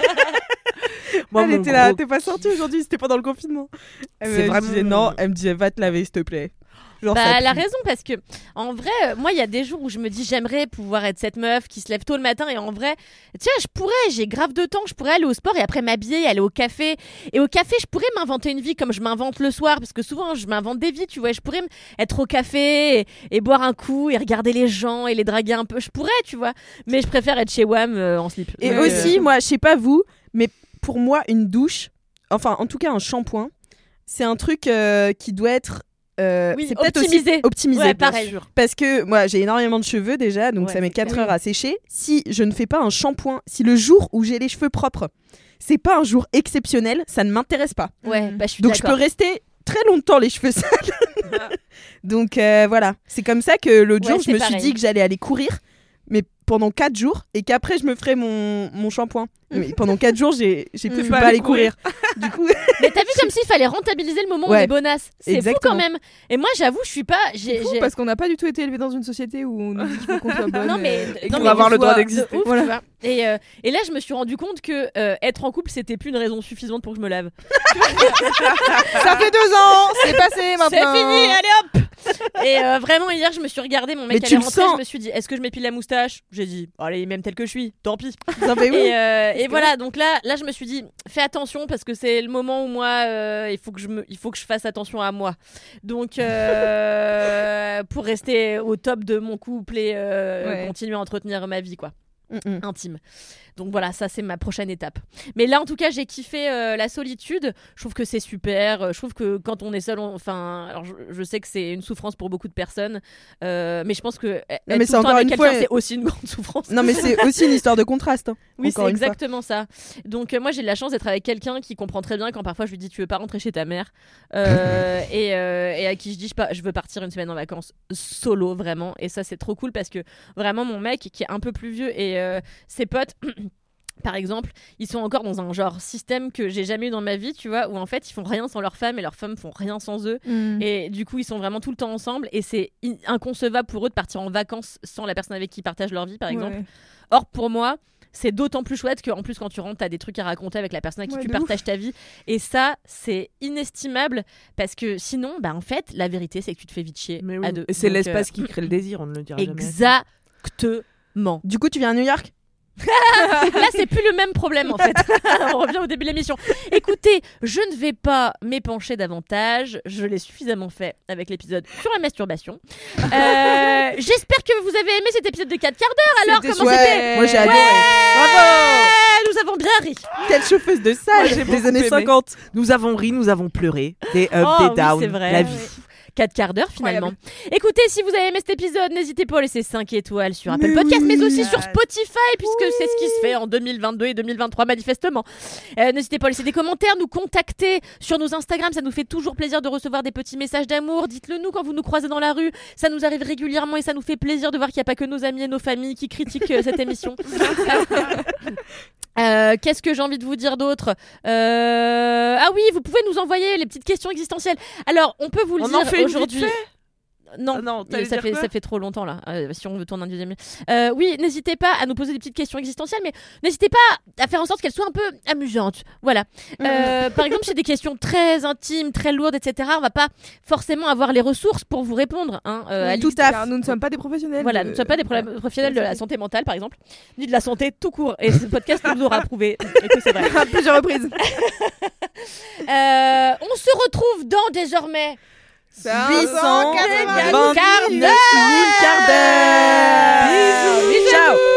Moi, elle mon était là, gros- t'es pas sortie aujourd'hui, c'était pendant le confinement. Elle C'est me vraiment- disait non, elle me disait va te laver s'il te plaît. Genre, Bah, ça elle a pue. raison parce que en vrai, euh, moi il y a des jours où je me dis j'aimerais pouvoir être cette meuf qui se lève tôt le matin et en vrai, tu vois, je pourrais, j'ai grave de temps, je pourrais aller au sport et après m'habiller, aller au café et au café, je pourrais m'inventer une vie comme je m'invente le soir parce que souvent je m'invente des vies, tu vois, je pourrais m- être au café et, et boire un coup et regarder les gens et les draguer un peu, je pourrais, tu vois, mais je préfère être chez W A M euh, en slip. Et Donc, aussi, euh, moi, je sais pas vous, mais pour moi, une douche, enfin, en tout cas, un shampoing, c'est un truc euh, qui doit être. euh, Oui, c'est peut-être optimisé. aussi optimisé. Ouais, bien pareil. sûr. Parce que moi, j'ai énormément de cheveux déjà, donc Ouais. ça met quatre Oui. heures à sécher. Si je ne fais pas un shampoing, si le jour où j'ai les cheveux propres, c'est pas un jour exceptionnel, ça ne m'intéresse pas. Ouais, bah je suis Donc je peux d'accord. rester très longtemps les cheveux sales. Donc euh, voilà, c'est comme ça que l'autre Ouais, jour, je c'est me suis pareil. dit que j'allais aller courir. mais pendant quatre jours, et qu'après je me ferai mon, mon shampoing. Mais pendant quatre jours, j'ai, j'ai pu pas aller courir. Du coup... Mais t'as vu comme s'il fallait rentabiliser le moment où Ouais. on est bonasse. C'est Exactement. fou quand même. Et moi, j'avoue, je suis pas. J'ai, C'est fou j'ai- parce qu'on n'a pas du tout été élevé dans une société où on nous dit qu'il faut qu'on soit bonne. Non mais, euh, non, pour mais avoir tu le droit vois, d'exister. de ouf, Voilà. tu vois. Et, euh, et là, je me suis rendu compte que euh, être en couple, c'était plus une raison suffisante pour que je me lave. Ça fait deux ans, c'est passé maintenant. C'est fini, allez hop. Et euh, vraiment hier, je me suis regardée, mon mec Mais tu allait le rentrer, sens. je me suis dit, est-ce que je m'épile la moustache ? J'ai dit, allez, même tel que je suis, tant pis. Non, mais oui. Et, euh, et que- voilà, donc là, là, je me suis dit, fais attention parce que c'est le moment où moi, euh, il faut que je me, il faut que je fasse attention à moi. Donc, euh, pour rester au top de mon couple et euh, Ouais. continuer à entretenir ma vie, quoi, Mm-mm. intime. Donc voilà, ça c'est ma prochaine étape. Mais là, en tout cas, j'ai kiffé euh, la solitude. Je trouve que c'est super. Euh, Je trouve que quand on est seul, on- enfin, alors je, je sais que c'est une souffrance pour beaucoup de personnes, euh, mais je pense que être mais tout c'est le temps encore avec une quelqu'un, fois- c'est aussi une grande souffrance. Non, mais c'est aussi une histoire de contraste. hein. Oui, Encore c'est une fois. exactement ça. Donc euh, moi j'ai de la chance d'être avec quelqu'un qui comprend très bien quand parfois je lui dis tu veux pas rentrer chez ta mère euh, et, euh, et à qui je dis je, pa- je veux partir une semaine en vacances solo vraiment, et ça c'est trop cool parce que vraiment mon mec qui est un peu plus vieux et euh, ses potes par exemple, ils sont encore dans un genre système que j'ai jamais eu dans ma vie, tu vois, où en fait ils font rien sans leur femme et leurs femmes font rien sans eux. Mm. Et du coup, ils sont vraiment tout le temps ensemble et c'est in- inconcevable pour eux de partir en vacances sans la personne avec qui ils partagent leur vie, par exemple. Ouais. Or, pour moi, c'est d'autant plus chouette qu'en plus, quand tu rentres, t'as des trucs à raconter avec la personne avec qui Ouais, tu de partages ta vie. Et ça, c'est inestimable parce que sinon, bah, en fait, la vérité, c'est que tu te fais vite chier Mais oui. à deux. Et c'est Donc, l'espace euh, qui crée le désir, on ne le dira jamais. Exactement. Du coup, tu viens à New York ? Là, c'est plus le même problème en fait. On revient au début de l'émission. Écoutez, je ne vais pas m'épancher davantage. Je l'ai suffisamment fait avec l'épisode sur la masturbation. Euh, J'espère que vous avez aimé cet épisode de quatre quarts d'heure. Alors, C'était comment chouette. c'était Moi, j'ai adoré. Ouais, nous avons bien ri. Quelle chauffeuse de Moi, salle j'ai des beaucoup années aimé. cinquante. Nous avons ri, nous avons pleuré. Des ups, Oh, des oui, downs, c'est vrai. la vie. Oui. quatre quarts d'heure finalement. Incroyable. Écoutez, si vous avez aimé cet épisode, n'hésitez pas à laisser cinq étoiles sur Apple Mais Podcast, mais oui. aussi sur Spotify, puisque c'est ce qui se fait en deux mille vingt-deux et deux mille vingt-trois manifestement. Euh, n'hésitez pas à laisser des commentaires, nous contacter sur nos Instagram, ça nous fait toujours plaisir de recevoir des petits messages d'amour. Dites-le nous quand vous nous croisez dans la rue, ça nous arrive régulièrement et ça nous fait plaisir de voir qu'il n'y a pas que nos amis et nos familles qui critiquent euh, cette émission. Euh, qu'est-ce que j'ai envie de vous dire d'autre euh... Ah oui, vous pouvez nous envoyer les petites questions existentielles. Alors, on peut vous le On dire en fait une aujourd'hui. vite Non, Ah non, il- t'allais ça, dire fait, quoi ça fait trop longtemps là, euh, si on veut tourner un deuxième. Euh, oui, n'hésitez pas à nous poser des petites questions existentielles, mais n'hésitez pas à faire en sorte qu'elles soient un peu amusantes. Voilà. Euh, par exemple, c'est des questions très intimes, très lourdes, et cetera. On va pas forcément avoir les ressources pour vous répondre. Hein, euh, Oui, Alice. tout à fait. Nous ne sommes pas des professionnels. Voilà, de- nous ne sommes pas des problèmes professionnels de la santé mentale, par exemple, ni de la santé tout court. Et ce podcast nous aura prouvé que c'est vrai. À plusieurs reprises. Euh, on se retrouve dans désormais huit cent quatre-vingt-dix quarts vingt-neuf mille quarts d'heure. Bisous. Ciao.